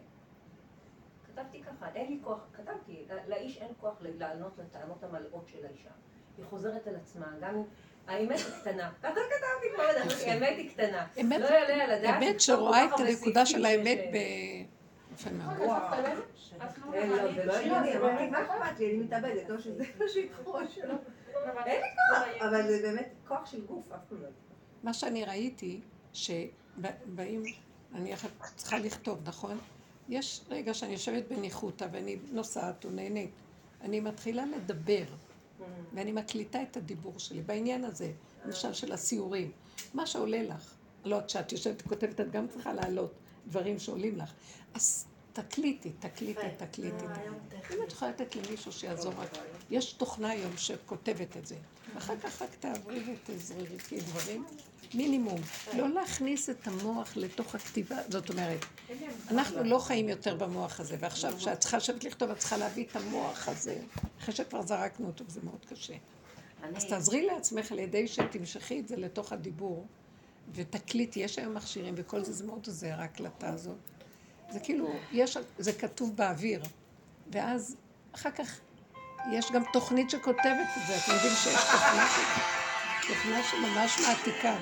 כתבתי ככה, אין לי כוח, כתבתי, לאיש אין כוח לענות לטענות המלאות של האישה. היא חוזרת על עצמה, גם אם האמת היא קטנה. ככה כתבתי כבר לדעת, האמת היא קטנה. לא יעלה על הדעת. אמת שרואה את הנקודה של האמת ב... יפה מאוד. לא, זה לא הגיוני, אמרתי, מה אכפת לי? אני מתאבדת, או שזה מה שיקחו שלו. אין לי כוח, אבל זה באמת כוח של גוף, אף פעם לא. מה שאני ראיתי, שבאים, אני צריכה לכתוב, נכון? יש רגע שאני יושבת בניחותא ואני נוסעת ונהנית. אני מתחילה לדבר, ואני מקליטה את הדיבור שלי בעניין הזה, למשל של הסיורים. מה שעולה לך, לא, כשאת יושבת וכותבת, את גם צריכה לעלות דברים שעולים לך. אז תקליטי, תקליטי, תקליטי. אם את יכולה לתת למישהו שיעזור רק, יש תוכנה היום שכותבת את זה. ואחר כך רק תעברי ותזררי דברים. מינימום. לא להכניס את המוח לתוך הכתיבה. זאת אומרת, אנחנו לא חיים יותר במוח הזה, ועכשיו כשאת צריכה לשבת לכתוב, את צריכה להביא את המוח הזה. אחרי שכבר זרקנו אותו, וזה מאוד קשה. אז תעזרי לעצמך על ידי שתמשכי את זה לתוך הדיבור, ותקליטי, יש היום מכשירים, וכל זה זה מאוד עוזר, ההקלטה הזאת. זה כאילו, יש, זה כתוב באוויר, ואז אחר כך יש גם תוכנית שכותבת את זה, אתם יודעים שיש תוכנה, תוכנה שממש מעתיקה.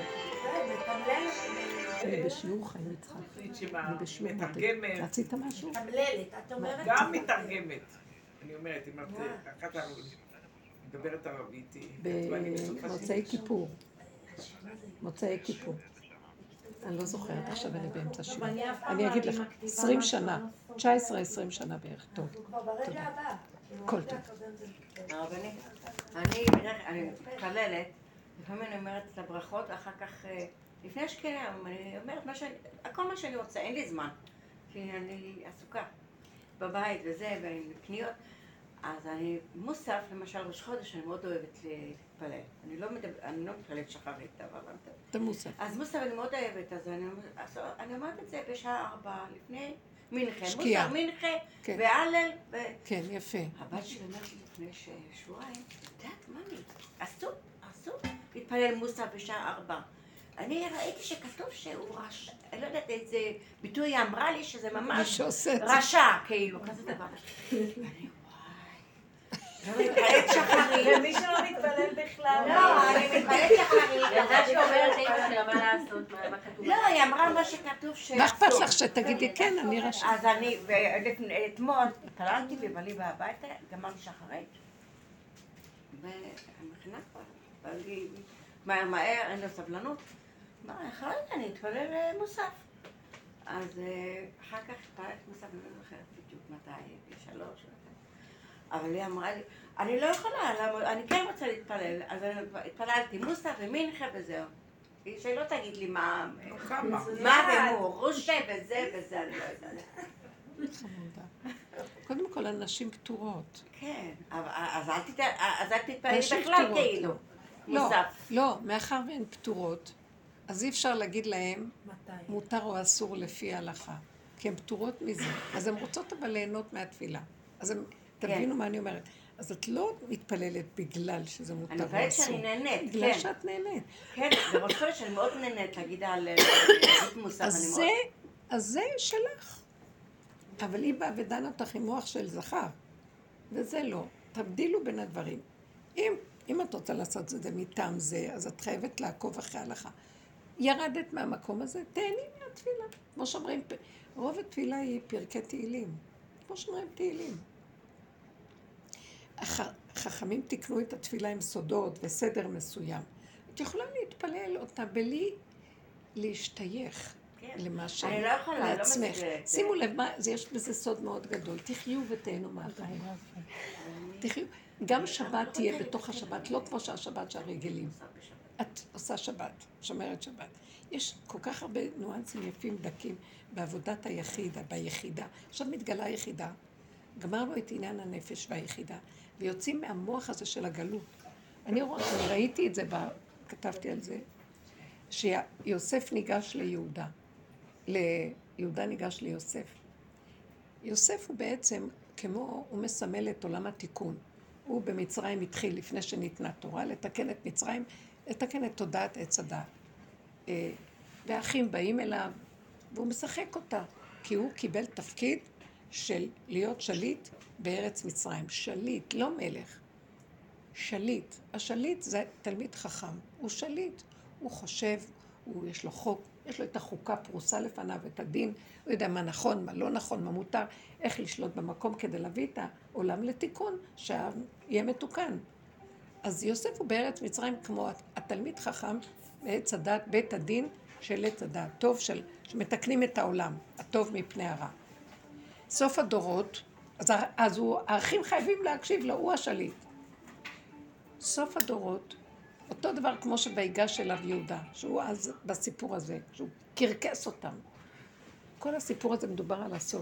אני בשיעור חיים יצחק. אני בשיעור מתרגמת. רצית משהו? מתמללת, את אומרת... גם מתרגמת. אני אומרת, אם את אחת מדברת ערבית, במוצאי כיפור. מוצאי כיפור. אני לא זוכרת, עכשיו אני באמצע שיעור. אני אגיד לך, עשרים שנה, תשע עשרה עשרים שנה בערך. טוב, תודה. כל טוב. הרבנית, אני מתפללת, לפעמים אני אומרת את הברכות, ואחר כך, לפני שכנם, אני אומרת הכל מה שאני רוצה, אין לי זמן, כי אני עסוקה בבית וזה, ועם קניות. אז אני, מוסף, למשל ראש חודש, אני מאוד אוהבת להתפלל. אני לא מתפללת שחרית, אבל... אתה מוסף. אז מוסף אני מאוד אוהבת, אז אני אומרת את זה בשעה ארבע, לפני מנחה. שקיעה. מוסף, מנחה, והלל, ו... כן, יפה. הבת שלי אומרת לי לפני שבועיים, יודעת, ממי, אסור, אסור להתפלל מוסף בשעה ארבע. אני ראיתי שכתוב שהוא רשע, אני לא יודעת איזה ביטוי היא אמרה לי שזה ממש רשע, כאילו, כזה דבר. אני מתפללת שחרית. ומי שלא מתפלל בכלל. לא, אני מתפללת שחרית. ילדה שאומרת לאמא שלה מה לעשות, מה כתוב. לא, היא אמרה מה שכתוב ש... מה אכפת לך שתגידי כן, אני רשת. אז אני, ואתמול התפללתי ובאלי הביתה, גמרתי שחרית. והמכינה כבר, בא לי מהר מהר, אין לו סבלנות. מה, אחרי אני אתפלל מוסף. אז אחר כך התפללת מוסף, אני לא זוכרת בדיוק מתי, שלוש, אבל היא אמרה לי, אני לא יכולה, אני כן רוצה להתפלל, אז התפללתי מוסף ומנחה וזהו. שלא תגיד לי מה, מה ומורושה וזה וזה, אני לא יודעת. חמודה. קודם כל, הנשים פטורות. כן, אז אל תתפללי בכלל כאילו. לא, לא, מאחר והן פטורות, אז אי אפשר להגיד להן מותר או אסור לפי ההלכה, כי הן פטורות מזה. אז הן רוצות אבל ליהנות מהתפילה. אז תבינו מה אני אומרת. אז את לא מתפללת בגלל שזה מותר או אסור. אני מתפללת שאני נהנית, כן. בגלל שאת נהנית. כן, בראש חודש שאני מאוד נהנית להגיד על מוסף. אז זה שלך. אבל היא באה ודנה אותך עם מוח של זכר, וזה לא. תבדילו בין הדברים. אם, אם את רוצה לעשות את זה מטעם זה, אז את חייבת לעקוב אחרי ההלכה. ירדת מהמקום הזה, תהני מהתפילה. כמו שאומרים, רוב התפילה היא פרקי תהילים. כמו שאומרים תהילים. החכמים תקנו את התפילה עם סודות וסדר מסוים. את יכולה להתפלל אותה בלי להשתייך. למה ש... אני לא יכולה, לא לעצמך. מסגרת. שימו לב, מה, זה יש בזה סוד מאוד גדול. תחיו ותהנו מהחיים. תחיו. גם שבת תהיה בתוך השבת, לא כמו שהשבת שהרגילים. את עושה שבת, שומרת שבת. יש כל כך הרבה ניואנסים יפים דקים בעבודת היחידה, ביחידה. עכשיו מתגלה היחידה. גמרנו את עניין הנפש והיחידה, ויוצאים מהמוח הזה של הגלות. אני, אני ראיתי את זה, כתבתי על זה, שיוסף ניגש ליהודה. ליהודה ניגש ליוסף. יוסף הוא בעצם, כמו הוא מסמל את עולם התיקון. הוא במצרים התחיל, לפני שניתנה תורה, לתקן את מצרים, לתקן את תודעת עץ הדעת. והאחים באים אליו, והוא משחק אותה, כי הוא קיבל תפקיד של להיות שליט בארץ מצרים. שליט, לא מלך. שליט. השליט זה תלמיד חכם. הוא שליט. הוא חושב, הוא, יש לו חוק, יש לו את החוקה פרוסה לפניו, את הדין, הוא יודע מה נכון, מה לא נכון, מה מותר, איך לשלוט במקום כדי להביא את העולם לתיקון, שיהיה מתוקן. אז יוסף הוא בארץ מצרים כמו התלמיד חכם בעץ הדת, בית הדין של עץ הדת, טוב של, שמתקנים את העולם, הטוב מפני הרע. סוף הדורות, אז, אז הוא, האחים חייבים להקשיב לו, הוא השליט. סוף הדורות, אותו דבר כמו שבהיגש אליו יהודה, שהוא אז בסיפור הזה, שהוא קרקס אותם. כל הסיפור הזה מדובר על הסוף.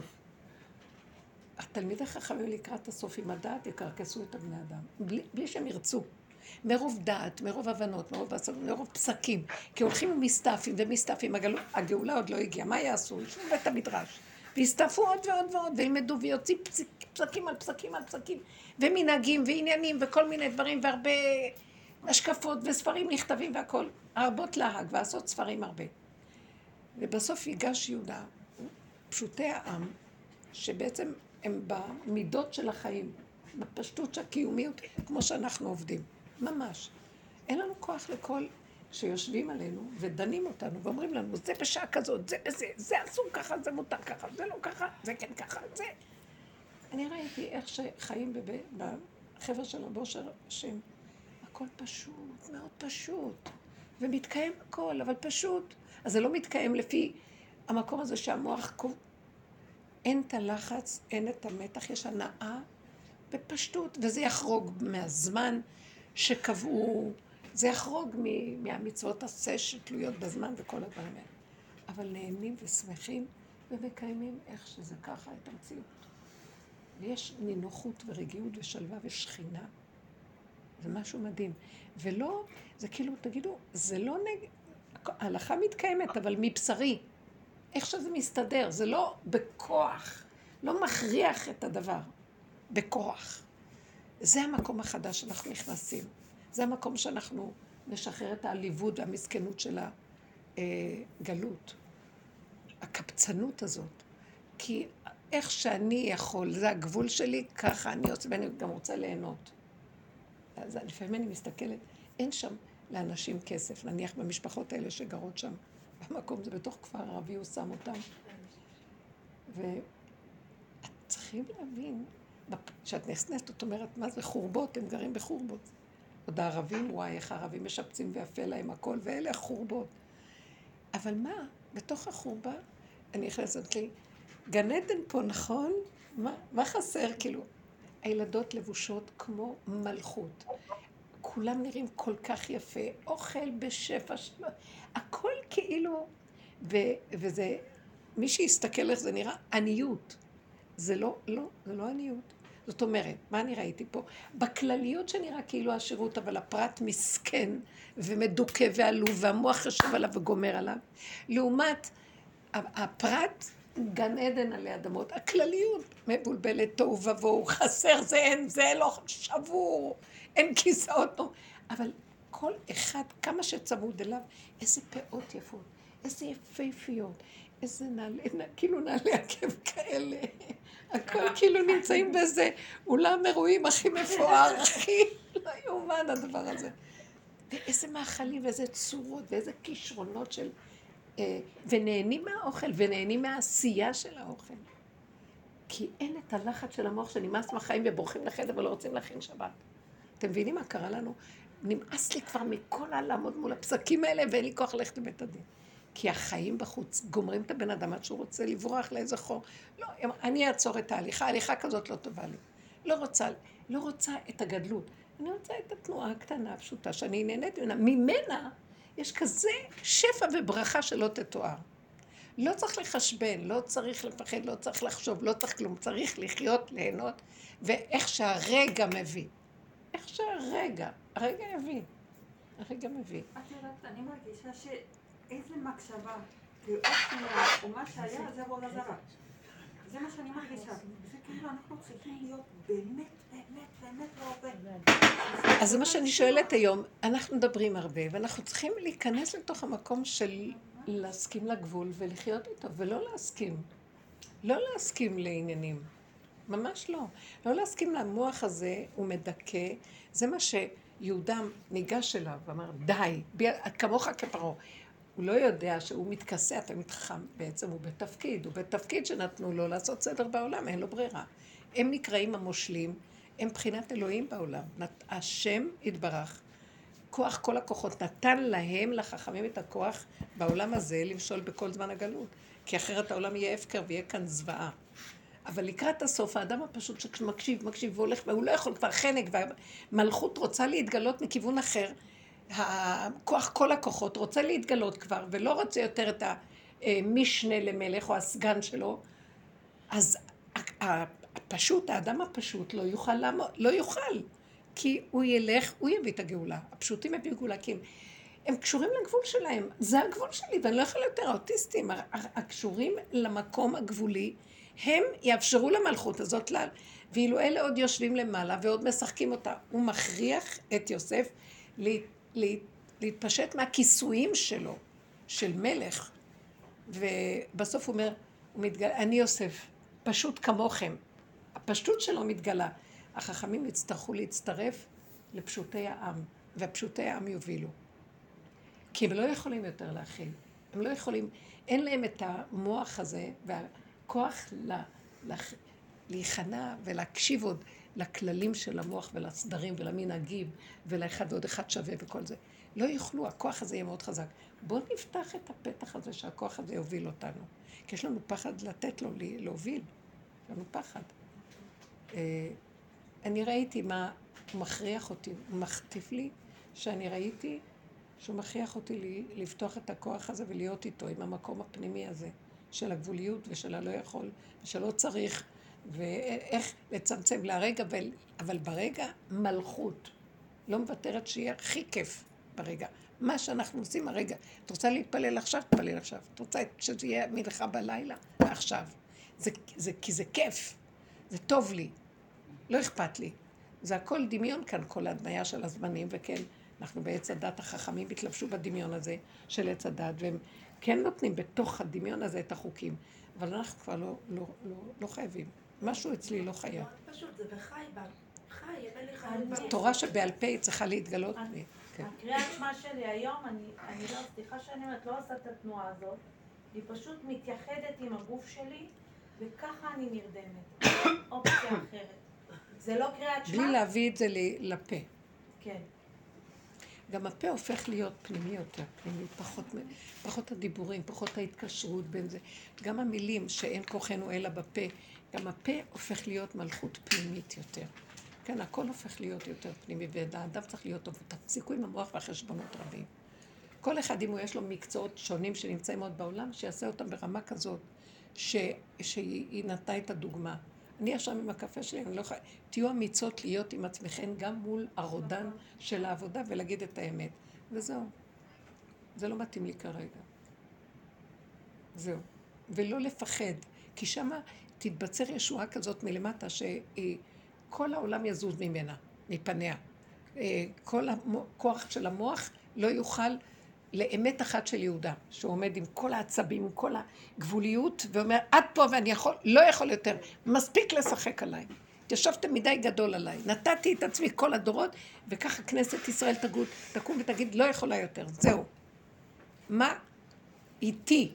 התלמידי החכמים לקראת הסוף עם הדעת יקרקסו את הבני אדם, בלי, בלי שהם ירצו. מרוב דעת, מרוב הבנות, מרוב, מרוב פסקים, כי הולכים ומסתעפים ומסתעפים, הגאולה, הגאולה עוד לא הגיעה, מה יעשו? ישבו בית המדרש, ויסתעפו עוד ועוד ועוד, וילמדו ויוצאים פסק, פסקים על פסקים על פסקים, ומנהגים ועניינים וכל מיני דברים, והרבה השקפות וספרים נכתבים והכל, הרבות להג, ועשות ספרים הרבה. ובסוף ייגש יהודה, פשוטי העם, שבעצם הם במידות של החיים, בפשטות של הקיומיות, כמו שאנחנו עובדים. ממש. אין לנו כוח לכל שיושבים עלינו ודנים אותנו ואומרים לנו, זה בשעה כזאת, זה בזה, זה אסור ככה, זה מותר ככה, זה לא ככה, זה כן ככה, זה. אני ראיתי איך שחיים בחבר של הבושר השם, הכל פשוט, מאוד פשוט, ומתקיים הכל, אבל פשוט. אז זה לא מתקיים לפי המקום הזה שהמוח קוב... אין את הלחץ, אין את המתח, יש הנאה בפשטות, וזה יחרוג מהזמן שקבעו, זה יחרוג מהמצוות עשה שתלויות בזמן וכל הדברים האלה. אבל נהנים ושמחים ומקיימים איך שזה ככה את המציאות. ויש נינוחות ורגיעות ושלווה ושכינה. זה משהו מדהים. ולא, זה כאילו, תגידו, זה לא נגד, ההלכה מתקיימת, אבל מבשרי. איך שזה מסתדר, זה לא בכוח, לא מכריח את הדבר, בכוח. זה המקום החדש שאנחנו נכנסים. זה המקום שאנחנו נשחרר את העליבות והמסכנות של הגלות. הקפצנות הזאת. כי איך שאני יכול, זה הגבול שלי, ככה אני עושה, ואני גם רוצה ליהנות. אז לפעמים אני מסתכלת, אין שם לאנשים כסף, נניח במשפחות האלה שגרות שם, במקום זה בתוך כפר ערבי, הוא שם אותם. וצריכים להבין, כשאת נכנסת, את אומרת, מה זה חורבות? הם גרים בחורבות. עוד הערבים, וואי, איך הערבים משפצים ויפה להם הכל, ואלה החורבות. אבל מה? בתוך החורבה, אני נכנסת לי, גן עדן פה, נכון? מה, מה חסר? כאילו, הילדות לבושות כמו מלכות. כולם נראים כל כך יפה, אוכל בשפע שלו, הכל כאילו, ו, וזה, מי שיסתכל איך זה נראה, עניות. זה לא, לא, זה לא עניות. זאת אומרת, מה אני ראיתי פה? בכלליות שנראה כאילו השירות, אבל הפרט מסכן ומדוכא ועלוב, והמוח יושב עליו וגומר עליו. לעומת הפרט, גן עדן עלי אדמות, הכלליות מבולבלת, תוהו ובוהו, חסר זה אין, זה לא שבור, אין כיסאות, לא. אבל כל אחד, כמה שצמוד אליו, איזה פאות יפות, איזה יפהפיות, איזה נעלי, כאילו נעלי עקב כאלה. הכל כאילו נמצאים באיזה אולם אירועים הכי מפואר, הכי לא יאומן הדבר הזה. ואיזה מאכלים ואיזה צורות ואיזה כישרונות של... ונהנים מהאוכל ונהנים מהעשייה של האוכל. כי אין את הלחץ של המוח שנמאס מהחיים ובורחים לחדר ולא רוצים להכין שבת. אתם מבינים מה קרה לנו? נמאס לי כבר מכל הלעמוד מול הפסקים האלה ואין לי כוח ללכת לבית הדין. כי החיים בחוץ גומרים את הבן אדם עד שהוא רוצה לברוח לאיזה חור. לא, אני אעצור את ההליכה, ההליכה כזאת לא טובה לי. לא רוצה, לא רוצה את הגדלות. אני רוצה את התנועה הקטנה, הפשוטה, שאני נהנית ממנה. ממנה יש כזה שפע וברכה שלא תתואר. לא צריך לחשבן, לא צריך לפחד, לא צריך לחשוב, לא צריך כלום. צריך לחיות, ליהנות, ואיך שהרגע מביא. איך שהרגע, הרגע יביא. הרגע מביא. את יודעת, אני מרגישה ש... איזה מחשבה, כאופציה, או מה שהיה, זה עבודה זרה. זה מה שאני מרגישה. זה כאילו אנחנו צריכים להיות באמת, באמת, באמת לא עובד. אז זה מה שאני שואלת היום, אנחנו מדברים הרבה, ואנחנו צריכים להיכנס לתוך המקום של להסכים לגבול ולחיות איתו, ולא להסכים. לא להסכים לעניינים. ממש לא. לא להסכים למוח הזה, הוא מדכא. זה מה שיהודה ניגש אליו ואמר, די, כמוך כפרעה. הוא לא יודע שהוא מתכסה, אתה מתחם, בעצם הוא בתפקיד, הוא בתפקיד שנתנו לו לעשות סדר בעולם, אין לו ברירה. הם נקראים המושלים, הם בחינת אלוהים בעולם. השם יתברך, כוח כל הכוחות, נתן להם, לחכמים את הכוח בעולם הזה, למשול בכל זמן הגלות. כי אחרת העולם יהיה הפקר ויהיה כאן זוועה. אבל לקראת הסוף, האדם הפשוט שמקשיב, מקשיב והולך, והוא לא יכול כבר חנק, והמלכות רוצה להתגלות מכיוון אחר, הכוח כל הכוחות רוצה להתגלות כבר, ולא רוצה יותר את המשנה למלך או הסגן שלו, אז הפשוט, האדם הפשוט לא יוכל לעמוד, לא יוכל, כי הוא ילך, הוא יביא את הגאולה. הפשוטים יביאו גאולה, כי הם, הם קשורים לגבול שלהם, זה הגבול שלי, ואני לא יכולה יותר, האוטיסטים, הקשורים למקום הגבולי, הם יאפשרו למלכות הזאת, לה, ואילו אלה עוד יושבים למעלה ועוד משחקים אותה. הוא מכריח את יוסף לה, לה, להתפשט מהכיסויים שלו, של מלך, ובסוף הוא אומר, הוא מתגלה, אני יוסף, פשוט כמוכם. הפשטות שלו מתגלה. החכמים יצטרכו להצטרף לפשוטי העם, והפשוטי העם יובילו. כי הם לא יכולים יותר להכיל. הם לא יכולים, אין להם את המוח הזה והכוח לה, לה, להיכנע ולהקשיב עוד לכללים של המוח ולסדרים ולמנהגים ולאחד ועוד אחד שווה וכל זה. לא יוכלו, הכוח הזה יהיה מאוד חזק. בואו נפתח את הפתח הזה שהכוח הזה יוביל אותנו. כי יש לנו פחד לתת לו להוביל. יש לנו פחד. אני ראיתי מה הוא מכריח אותי, הוא מכתיב לי שאני ראיתי שהוא מכריח אותי לפתוח את הכוח הזה ולהיות איתו עם המקום הפנימי הזה של הגבוליות ושל הלא יכול ושלא צריך ואיך לצמצם להרגע, אבל, אבל ברגע מלכות לא מוותרת שיהיה הכי כיף ברגע. מה שאנחנו עושים הרגע, את רוצה להתפלל עכשיו, תפלל עכשיו. את רוצה שזה יהיה מלכה בלילה, עכשיו. זה, זה, כי זה כיף, זה טוב לי, לא אכפת לי. זה הכל דמיון כאן, כל ההדמיה של הזמנים, וכן, אנחנו בעץ הדת החכמים התלבשו בדמיון הזה של עץ הדת, והם כן נותנים בתוך הדמיון הזה את החוקים, אבל אנחנו כבר לא, לא, לא, לא חייבים. משהו אצלי לא חייב. פשוט, זה וחי בנו. חי ימי לך. התורה שבעל פה היא צריכה להתגלות לי. כן. הקריאת שמע שלי היום, אני אני לא, סליחה שאני אומרת, לא עושה את התנועה הזאת, היא פשוט מתייחדת עם הגוף שלי, וככה אני נרדמת. אין אופציה אחרת. זה לא קריאת שמע? בלי להביא את זה ל- לפה. כן. גם הפה הופך להיות פנימי יותר, פנימי, פחות, פחות הדיבורים, פחות ההתקשרות בין זה. גם המילים שאין כוחנו אלא בפה, גם הפה הופך להיות מלכות פנימית יותר. כן, הכל הופך להיות יותר פנימי, והאדם צריך להיות טוב. תפסיקו עם המוח והחשבונות רבים. כל אחד, אם הוא יש לו מקצועות שונים שנמצאים עוד בעולם, שיעשה אותם ברמה כזאת, ש... שהיא נתנה את הדוגמה. אני עכשיו עם הקפה שלי, אני לא יכולה... תהיו אמיצות להיות עם עצמכם גם מול הרודן של העבודה ולהגיד את האמת. וזהו. זה לא מתאים לי כרגע. זהו. ולא לפחד, כי שמה תתבצר ישועה כזאת מלמטה, שכל העולם יזוז ממנה, מפניה. כל הכוח של המוח לא יוכל לאמת אחת של יהודה, שהוא עומד עם כל העצבים, עם כל הגבוליות, ואומר, עד פה ואני יכול, לא יכול יותר, מספיק לשחק עליי. ישבתם מדי גדול עליי, נתתי את עצמי כל הדורות, וככה כנסת ישראל תגוד, תקום ותגיד, לא יכולה יותר, זהו. מה איתי?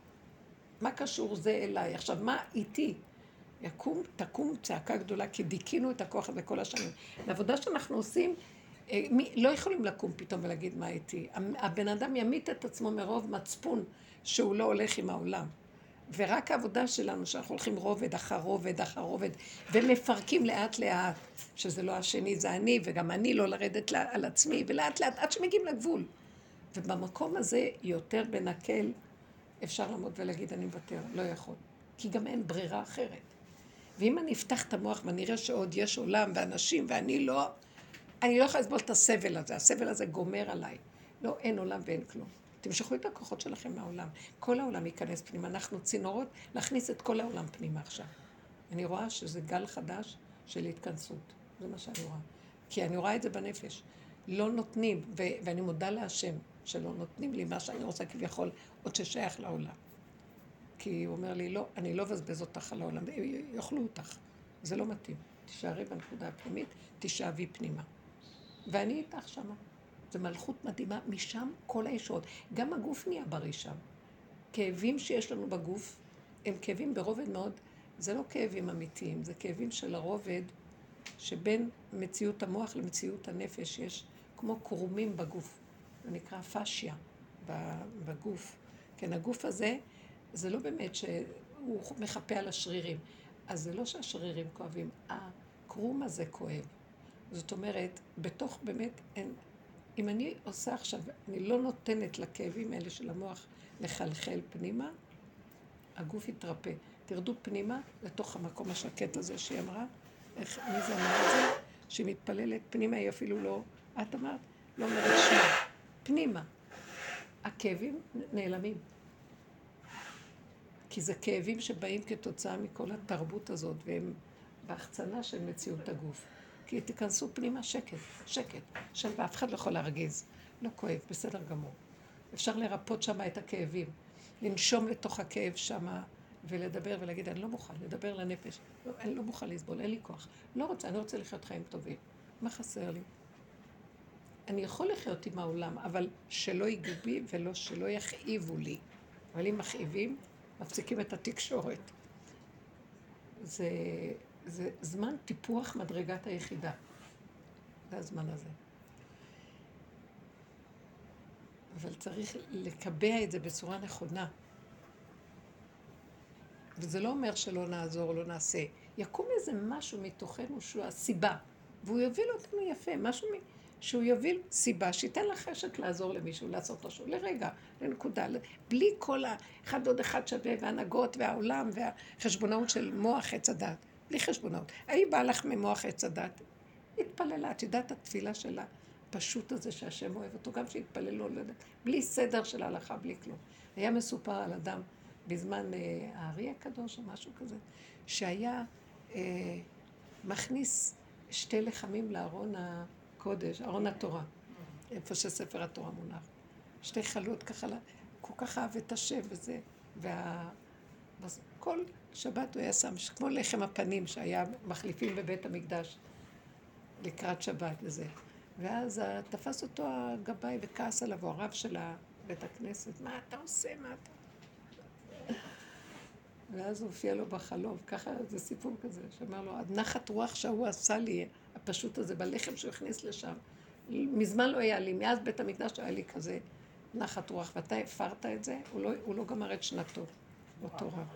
מה קשור זה אליי? עכשיו, מה איתי? יקום, תקום צעקה גדולה, כי דיכינו את הכוח הזה כל השנים. לעבודה שאנחנו עושים, מי, לא יכולים לקום פתאום ולהגיד מה איתי. הבן אדם ימית את עצמו מרוב מצפון שהוא לא הולך עם העולם. ורק העבודה שלנו שאנחנו הולכים רובד אחר רובד אחר רובד ומפרקים לאט לאט, שזה לא השני, זה אני, וגם אני לא לרדת על עצמי, ולאט לאט עד שמגיעים לגבול. ובמקום הזה יותר בנקל אפשר לעמוד ולהגיד אני מוותר, לא יכול. כי גם אין ברירה אחרת. ואם אני אפתח את המוח ואני אראה שעוד יש עולם ואנשים ואני לא... אני לא יכולה לסבול את הסבל הזה, הסבל הזה גומר עליי. לא, אין עולם ואין כלום. תמשכו את הכוחות שלכם מהעולם. כל העולם ייכנס פנימה. אנחנו צינורות להכניס את כל העולם פנימה עכשיו. אני רואה שזה גל חדש של התכנסות. זה מה שאני רואה. כי אני רואה את זה בנפש. לא נותנים, ו- ואני מודה להשם שלא נותנים לי מה שאני רוצה כביכול, עוד ששייך לעולם. כי הוא אומר לי, לא, אני לא מבזבז אותך על העולם, יאכלו אותך. זה לא מתאים. תישארי בנקודה הפנימית, תישאבי פנימה. ואני איתך שמה. זו מלכות מדהימה, משם כל הישועות. גם הגוף נהיה בריא שם. כאבים שיש לנו בגוף, הם כאבים ברובד מאוד, זה לא כאבים אמיתיים, זה כאבים של הרובד, שבין מציאות המוח למציאות הנפש יש כמו קרומים בגוף. זה נקרא פשיה בגוף. כן, הגוף הזה, זה לא באמת שהוא מחפה על השרירים. אז זה לא שהשרירים כואבים, הקרום הזה כואב. זאת אומרת, בתוך באמת, אין, אם אני עושה עכשיו, אני לא נותנת לכאבים האלה של המוח לחלחל פנימה, הגוף יתרפא. תרדו פנימה לתוך המקום השקט הזה שהיא אמרה. איך, מי זה אמר את זה? שהיא מתפללת פנימה, היא אפילו לא, את אמרת? לא אומרת שמה. פנימה. הכאבים נעלמים. כי זה כאבים שבאים כתוצאה מכל התרבות הזאת, והם בהחצנה של מציאות הגוף. כי תיכנסו פנימה שקט, שקט, שם ואף אחד לא יכול להרגיז. לא כואב, בסדר גמור. אפשר לרפות שם את הכאבים, לנשום לתוך הכאב שם ולדבר ולהגיד, אני לא מוכן, לדבר לנפש. לא, אני לא מוכן לסבול, אין לי כוח. לא רוצה, אני רוצה לחיות חיים טובים. מה חסר לי? אני יכול לחיות עם העולם, אבל שלא ייגעו בי ולא שלא יכאיבו לי. אבל אם מכאיבים, מפסיקים את התקשורת. זה... זה זמן טיפוח מדרגת היחידה. זה הזמן הזה. אבל צריך לקבע את זה בצורה נכונה. וזה לא אומר שלא נעזור, לא נעשה. יקום איזה משהו מתוכנו שהוא הסיבה, והוא יוביל אותנו יפה, משהו שהוא יוביל סיבה, שייתן לך חשק לעזור למישהו, לעשות משהו, לרגע, לנקודה, בלי כל האחד עוד אחד שווה, והנהגות והעולם והחשבונאות של מוח עץ הדת. בלי חשבונות. היא באה לך ממוח עץ הדת, התפללה, את יודעת התפילה שלה, פשוט הזה שהשם אוהב אותו, גם שהתפללו, לא יודעת, בלי סדר של ההלכה, בלי כלום. היה מסופר על אדם בזמן אה, הארי הקדוש או משהו כזה, שהיה אה, מכניס שתי לחמים לארון הקודש, ארון התורה, איפה שספר התורה מונח. שתי חלות ככה, כל כך אהב את השם וזה, וה... כל שבת הוא היה שם, כמו לחם הפנים שהיה מחליפים בבית המקדש. לקראת שבת וזה. ואז תפס אותו הגבאי וכעס עליו, הוא הרב של בית הכנסת, מה אתה עושה, מה אתה... ואז הוא הופיע לו בחלום, ככה זה סיפור כזה, שאמר לו, נחת רוח שהוא עשה לי, הפשוט הזה בלחם שהוא הכניס לשם. מזמן לא היה לי, מאז בית המקדש היה לי כזה נחת רוח, ואתה הפרת את זה, הוא לא, הוא לא גמר את שנתו, אותו רב.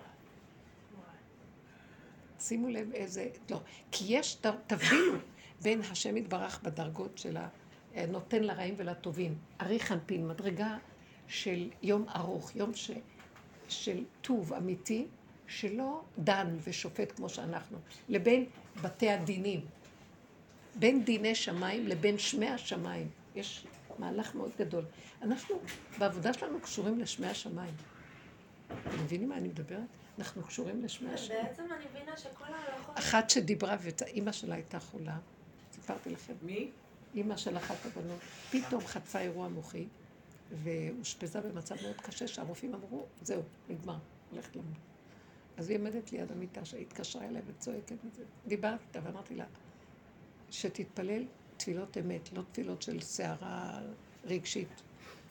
שימו לב איזה, לא, כי יש, תבינו, בין השם יתברך בדרגות של הנותן לרעים ולטובים. ארי חנפין, מדרגה של יום ארוך, יום ש, של טוב אמיתי, שלא דן ושופט כמו שאנחנו, לבין בתי הדינים. בין דיני שמיים לבין שמי השמיים. יש מהלך מאוד גדול. אנחנו, בעבודה שלנו, קשורים לשמי השמיים. אתם מבינים מה אני מדברת? אנחנו קשורים לשמי השמיים. בעצם אני מבינה שכל ההלכות... אחת שדיברה, ואימא שלה הייתה חולה, סיפרתי לכם. מי? אימא של אחת הבנות, פתאום חטפה אירוע מוחי, ואושפזה במצב מאוד קשה, שהרופאים אמרו, זהו, נגמר, הולכת למות. אז היא עמדת ליד המיטה, שהתקשרה אליי וצועקת וזה. דיברתי איתה ואמרתי לה, שתתפלל תפילות אמת, לא תפילות של שערה רגשית.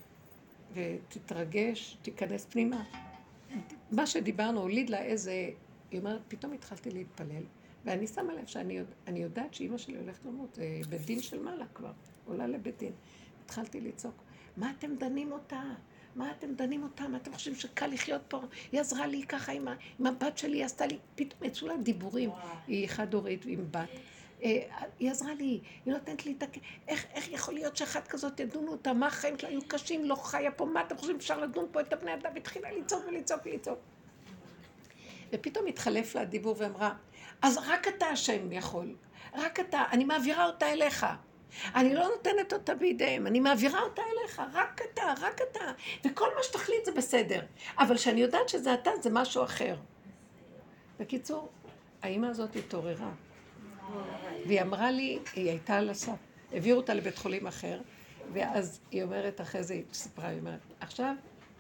ותתרגש, תיכנס פנימה. מה שדיברנו הוליד לה איזה, היא אומרת, פתאום התחלתי להתפלל, ואני שמה לב שאני יודע, אני יודעת שאימא שלי הולכת למות, זה בדין של מעלה כבר, עולה לבית דין. התחלתי לצעוק, מה אתם דנים אותה? מה אתם דנים אותה? מה אתם חושבים שקל לחיות פה? היא עזרה לי ככה עם, ה, עם הבת שלי, היא עשתה לי, פתאום יצאו לה דיבורים, היא חד הורית עם בת. היא עזרה לי, היא נותנת לי את הכ... איך, איך יכול להיות שאחת כזאת ידונו אותה? מה החיים שלה היו קשים? לא חיה פה, מה אתם חושבים אפשר לדון פה את הבני אדם? התחילה לצעוק ולצעוק ולצעוק. ופתאום התחלף לה הדיבור ואמרה, אז רק אתה השם יכול, רק אתה, אני מעבירה אותה אליך. אני לא נותנת אותה בידיהם, אני מעבירה אותה אליך, רק אתה, רק אתה. וכל מה שתחליט זה בסדר. אבל שאני יודעת שזה אתה, זה משהו אחר. בקיצור, האמא הזאת התעוררה. והיא אמרה לי, היא הייתה על הסף, הביאו אותה לבית חולים אחר, ואז היא אומרת, אחרי זה היא סיפרה, היא אומרת, עכשיו,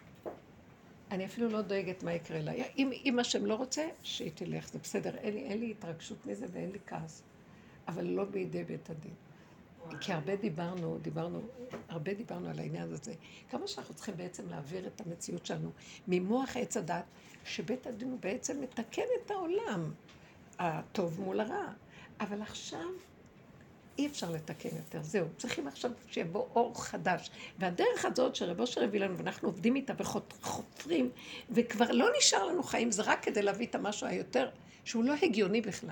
אני אפילו לא דואגת מה יקרה לה. אם, אם השם לא רוצה, שהיא תלך, זה בסדר, אין לי, אין לי התרגשות מזה ואין לי כעס, אבל לא בידי בית הדין. כי הרבה דיברנו, דיברנו, הרבה דיברנו על העניין הזה. כמה שאנחנו צריכים בעצם להעביר את המציאות שלנו ממוח עץ הדת, שבית הדין הוא בעצם מתקן את העולם, הטוב מול הרע. אבל עכשיו אי אפשר לתקן יותר, זהו. צריכים עכשיו שיבוא אור חדש. והדרך הזאת שרבו שהביא לנו, ואנחנו עובדים איתה וחופרים, וכבר לא נשאר לנו חיים, זה רק כדי להביא את המשהו היותר, שהוא לא הגיוני בכלל.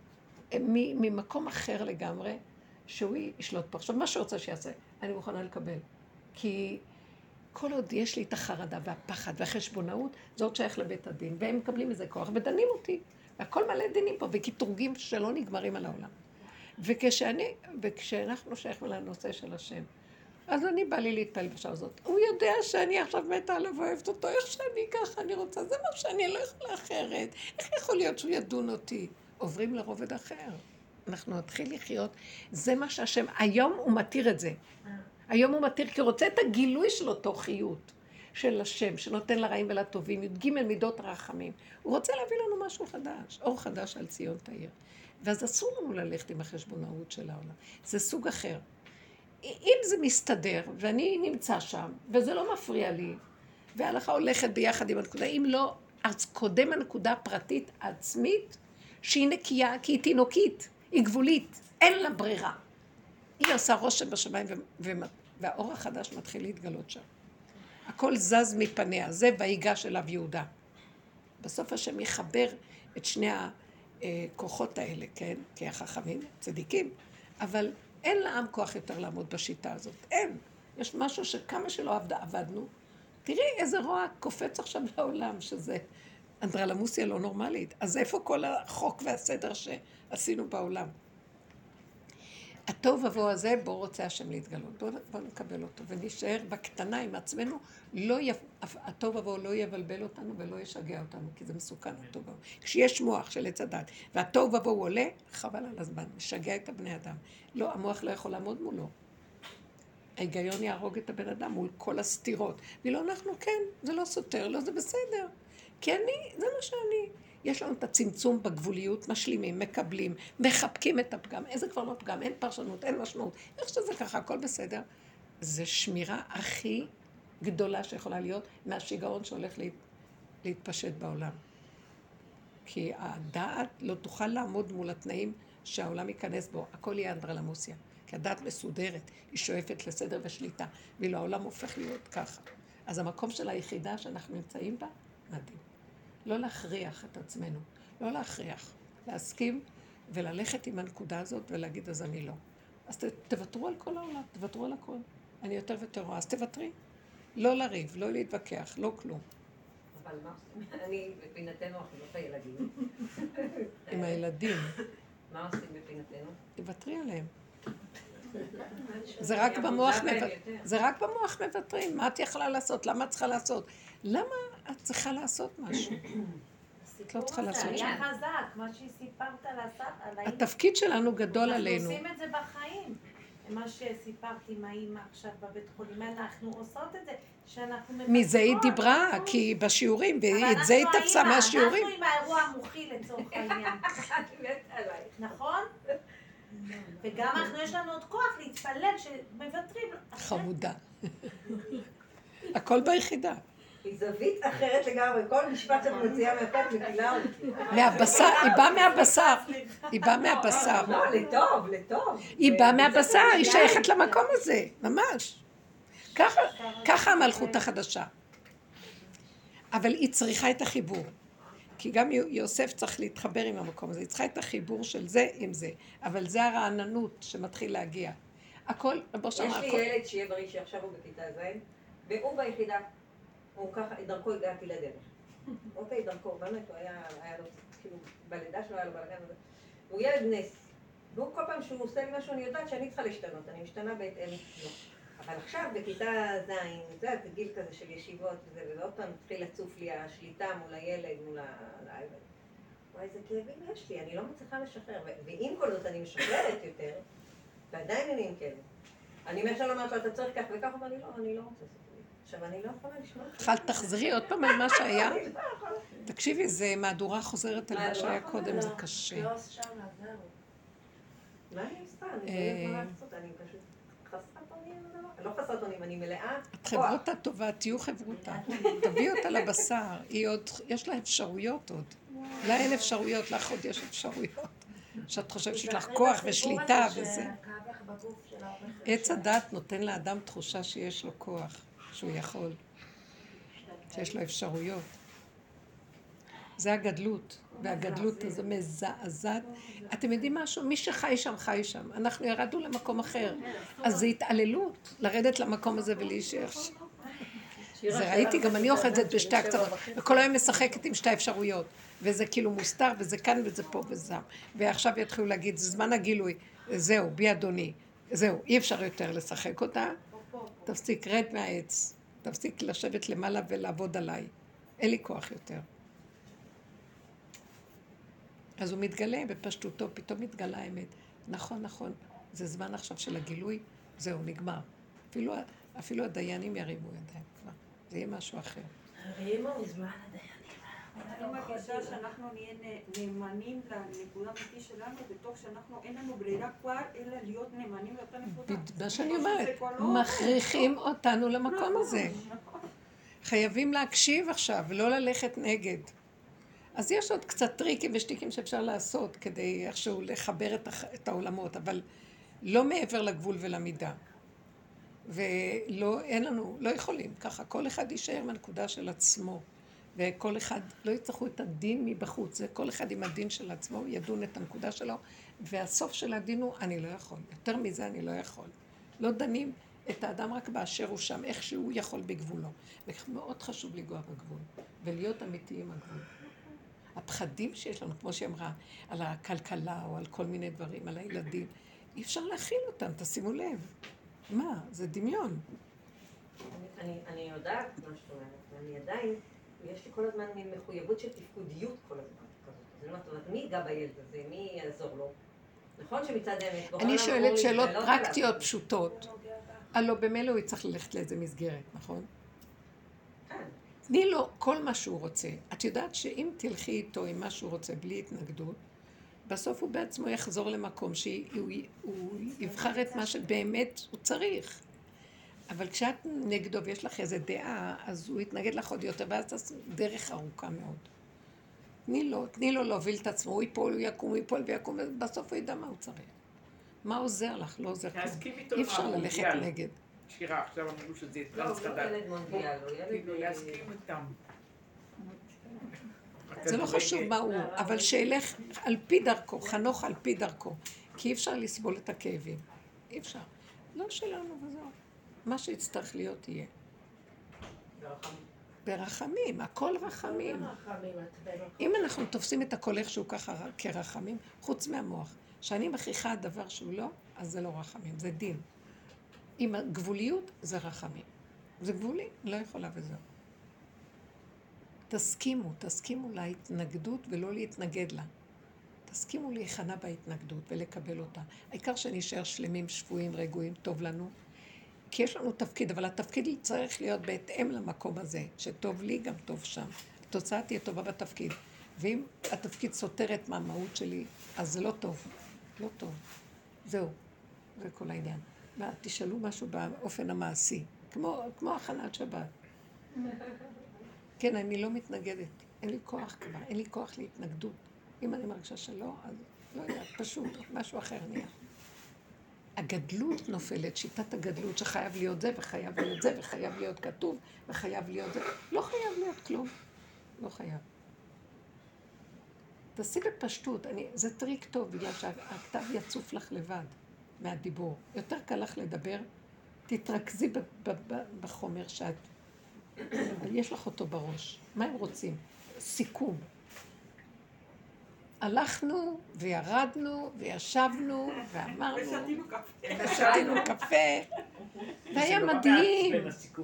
ממקום אחר לגמרי, שהוא ישלוט פה. עכשיו, מה שרוצה שיעשה, אני מוכנה לקבל. כי כל עוד יש לי את החרדה והפחד והחשבונאות, זה עוד שייך לבית הדין, והם מקבלים איזה כוח ודנים אותי. והכל מלא דינים פה, וכיתורגים שלא נגמרים על העולם. וכשאני, וכשאנחנו שייכים לנושא של השם, אז אני בא לי להתפעל בשעה הזאת. הוא יודע שאני עכשיו מתה עליו ואוהבת אותו, איך שאני ככה אני רוצה, זה מה שאני לא יכולה אחרת. איך יכול להיות שהוא ידון אותי? עוברים לרובד אחר. אנחנו נתחיל לחיות, זה מה שהשם, היום הוא מתיר את זה. היום הוא מתיר, כי הוא רוצה את הגילוי של אותו חיות. של השם, שנותן לרעים ולטובים, י"ג מידות רחמים. הוא רוצה להביא לנו משהו חדש, אור חדש על ציון תאיר. ואז אסור לנו ללכת עם החשבונאות של העולם. זה סוג אחר. אם זה מסתדר, ואני נמצא שם, וזה לא מפריע לי, וההלכה הולכת ביחד עם הנקודה, אם לא, אז קודם הנקודה הפרטית העצמית, שהיא נקייה, כי היא תינוקית, היא גבולית, אין לה ברירה. היא עושה רושם בשמיים, והאור החדש מתחיל להתגלות שם. הכל זז מפניה, זה ויגש אליו יהודה. בסוף השם יחבר את שני הכוחות האלה, כן? כי החכמים, צדיקים, אבל אין לעם כוח יותר לעמוד בשיטה הזאת. אין. יש משהו שכמה שלא עבד, עבדנו. תראי איזה רוע קופץ עכשיו לעולם, שזה אנדרלמוסיה לא נורמלית. אז איפה כל החוק והסדר שעשינו בעולם? הטוב ובוא הזה, בוא רוצה השם להתגלות. בוא, בוא נקבל אותו ונשאר בקטנה עם עצמנו. לא יפ... הטוב ובוא לא יבלבל אותנו ולא ישגע אותנו, כי זה מסוכן הטוב ובוא. כשיש מוח של עץ הדת, והטוב ובוא הוא עולה, חבל על הזמן, משגע את הבני אדם. לא, המוח לא יכול לעמוד מולו. ההיגיון יהרוג את הבן אדם מול כל הסתירות. ולא אנחנו, כן, זה לא סותר, לא, זה בסדר. כי אני, זה מה שאני. יש לנו את הצמצום בגבוליות, משלימים, מקבלים, מחבקים את הפגם. איזה כבר לא פגם, אין פרשנות, אין משמעות. איך שזה ככה, הכל בסדר. זה שמירה הכי גדולה שיכולה להיות מהשיגעון שהולך להת... להתפשט בעולם. כי הדעת לא תוכל לעמוד מול התנאים שהעולם ייכנס בו. הכל יהיה אנדרלמוסיה. כי הדעת מסודרת, היא שואפת לסדר ושליטה, ואילו העולם הופך להיות ככה. אז המקום של היחידה שאנחנו נמצאים בה, מדהים. לא להכריח את עצמנו, לא להכריח, להסכים וללכת עם הנקודה הזאת ולהגיד אז אני לא. אז ת, תוותרו על כל העולם, תוותרו על הכל. אני יותר ויותר רואה, אז תוותרי. לא לריב, לא להתווכח, לא כלום. אבל מה עושים? אני, בפינתנו החינוך הילדים. עם הילדים. מה עושים בפינתנו? תוותרי עליהם. זה רק במוח מוותרים. זה רק במוח מוותרים. מה את יכולה לעשות? למה את צריכה לעשות? למה את צריכה לעשות משהו? את לא צריכה לעשות זה שם. היה חזק, מה שסיפרת על האמא. התפקיד שלנו גדול עלינו. אנחנו עושים את זה בחיים. מה שסיפרתי עם האמא עכשיו בבית חולים, אנחנו עושות את זה, שאנחנו מבטחות. מזה היא דיברה, כי בשיעורים, ואת זה היא תפסה מהשיעורים. אנחנו עם האירוע המוחי לצורך העניין. נכון? וגם אנחנו יש לנו עוד כוח להתפלל שמוותרים. חמודה. הכל ביחידה. היא זווית אחרת לגמרי, כל משפט שאת מציעה מהפת מפילה אותי. מהבשר, היא באה מהבשר. היא באה מהבשר. לא, לטוב, לטוב. היא באה מהבשר, היא שייכת למקום הזה, ממש. ככה המלכות החדשה. אבל היא צריכה את החיבור. כי גם יוסף צריך להתחבר עם המקום הזה, היא צריכה את החיבור של זה עם זה. אבל זה הרעננות שמתחיל להגיע. הכל, בוא שמע, הכל. יש לי ילד שיהיה בריא שעכשיו הוא בכיתה ז' והוא ביחידה. הוא ככה, דרכו הגעתי לדרך. אוקיי, דרכו, באמת, הוא היה, היה לו, כאילו, בלידה שלו היה לו בלגן הזה. הוא ילד נס. והוא כל פעם שהוא עושה לי משהו, אני יודעת שאני צריכה להשתנות, אני משתנה בהתאם לו. אבל עכשיו, בכיתה ז', זה היה גיל כזה של ישיבות וזה, ועוד פעם התחיל לצוף לי השליטה מול הילד, מול ה... וואי, איזה כאבים יש לי, אני לא מצליחה לשחרר. ועם כל זאת אני משחררת יותר, ועדיין אני עם כאב. אני מעכשיו אומרת לו, אתה צריך כך וכך, אבל אני לא, אני לא רוצה. עכשיו, אני לא יכולה לשמוע. חל, תחזרי עוד פעם על מה שהיה. תקשיבי, זה מהדורה חוזרת על מה שהיה קודם, זה קשה. לא עושה שם, זהו. מה אני עושה? אני לא יכולה לעשות, אני פשוט חסרת אונים. אני לא חסרת אונים, אני מלאה. את חברותה טובה, תהיו חברותה. תביאי אותה לבשר, היא עוד, יש לה אפשרויות עוד. לה אין אפשרויות, לך עוד יש אפשרויות. שאת חושבת שיש לך כוח ושליטה וזה. עץ הדת נותן לאדם תחושה שיש לו כוח. שהוא יכול, שיש לו אפשרויות. זה הגדלות, והגדלות הזו מזעזעת. אתם יודעים משהו? מי שחי שם, חי שם. אנחנו ירדנו למקום אחר. אז זה התעללות, לרדת למקום הזה ולהישאר. זה ראיתי, גם אני אוכלת את זה בשתי הקצוות, וכל היום משחקת עם שתי אפשרויות. וזה כאילו מוסתר, וזה כאן וזה פה וזה. ועכשיו יתחילו להגיד, זה זמן הגילוי, זהו, בי אדוני. זהו, אי אפשר יותר לשחק אותה. תפסיק, רד מהעץ, תפסיק לשבת למעלה ולעבוד עליי. אין לי כוח יותר. אז הוא מתגלה בפשטותו, פתאום מתגלה האמת. נכון, נכון, זה זמן עכשיו של הגילוי, זהו, נגמר. אפילו, אפילו הדיינים ירימו ידיים כבר, זה יהיה משהו אחר. הרימו מזמן הדיינים. אני מרגישה שאנחנו נהיה נאמנים לנקודה האמיתית שלנו, בתוך שאנחנו אין לנו ברירה כבר, אלא להיות נאמנים לאותה נקודה. מה שאני אומרת, מכריחים אותנו למקום הזה. חייבים להקשיב עכשיו, ולא ללכת נגד. אז יש עוד קצת טריקים ושטיקים שאפשר לעשות, כדי איכשהו לחבר את העולמות, אבל לא מעבר לגבול ולמידה. ולא, אין לנו, לא יכולים ככה, כל אחד יישאר מהנקודה של עצמו. וכל אחד, לא יצטרכו את הדין מבחוץ, זה כל אחד עם הדין של עצמו, ידון את הנקודה שלו, והסוף של הדין הוא, אני לא יכול, יותר מזה אני לא יכול. לא דנים את האדם רק באשר הוא שם, איך שהוא יכול בגבולו. ומאוד חשוב לגוע בגבול, ולהיות אמיתי עם הגבול. הפחדים שיש לנו, כמו שהיא אמרה, על הכלכלה או על כל מיני דברים, על הילדים, אי אפשר להכיל אותם, תשימו לב. מה? זה דמיון. אני, אני יודעת מה שאת אומרת, ואני עדיין, יש לי כל הזמן מחויבות של תפקודיות כל הזמן כזאת. זאת אומרת, מי ייגע בילד הזה? מי יעזור לו? נכון שמצד האמת... אני שואלת שאלות פרקטיות פשוטות. הלוא במילא הוא יצטרך ללכת לאיזה מסגרת, נכון? תני לו כל מה שהוא רוצה. את יודעת שאם תלכי איתו עם מה שהוא רוצה, בלי התנגדות, בסוף הוא בעצמו יחזור למקום שהוא הוא יבחר את מה שבאמת הוא צריך. אבל כשאת נגדו ויש לך איזו דעה, אז הוא יתנגד לך עוד יותר, ואז תעשו דרך ארוכה מאוד. תני לו, תני לו להוביל את עצמו, הוא ייפול, הוא יקום, הוא ייפול ויקום, ובסוף הוא ידע מה הוא צריך. מה עוזר לך? לא עוזר כלום. אי אפשר ללכת נגד. שירה, עכשיו אמרו שזה לא, טרנס הוא לא חדש. ילד מונדיאל, הוא ילד... כאילו להסכים איתם. זה לא חשוב מה הוא, אבל שילך על פי דרכו, חנוך על פי דרכו. כי אי אפשר לסבול את הכאבים. אי אפשר. לא שלנו וזהו. מה שיצטרך להיות יהיה. ברחמים, הכל רחמים. אם אנחנו תופסים את הכל איכשהו ככה כרחמים, חוץ מהמוח, שאני מכריחה דבר שהוא לא, אז זה לא רחמים, זה דין. עם הגבוליות זה רחמים. זה גבולי, לא יכולה וזהו. תסכימו, תסכימו להתנגדות ולא להתנגד לה. תסכימו להיכנע בהתנגדות ולקבל אותה. העיקר שנשאר שלמים, שפויים, רגועים, טוב לנו. כי יש לנו תפקיד, אבל התפקיד צריך להיות בהתאם למקום הזה, שטוב לי גם טוב שם. התוצאה תהיה טובה בתפקיד. ואם התפקיד סותר את מהמהות שלי, אז זה לא טוב. לא טוב. זהו. זה כל העניין. מה, תשאלו משהו באופן המעשי. כמו, כמו הכנת שבת. כן, אני לא מתנגדת. אין לי כוח כבר. אין לי כוח להתנגדות. אם אני מרגישה שלא, אז לא יודעת, פשוט, משהו אחר נהיה. הגדלות נופלת, שיטת הגדלות שחייב להיות זה וחייב להיות זה וחייב להיות כתוב וחייב להיות זה. לא חייב להיות כלום. לא חייב. תעשי בפשטות. אני, זה טריק טוב בגלל שהכתב יצוף לך לבד מהדיבור. יותר קל לך לדבר. תתרכזי ב, ב, ב, בחומר שאת... אבל יש לך אותו בראש. מה הם רוצים? סיכום. הלכנו וירדנו וישבנו ואמרנו ושתינו קפה. ושתינו קפה והיה מדהים.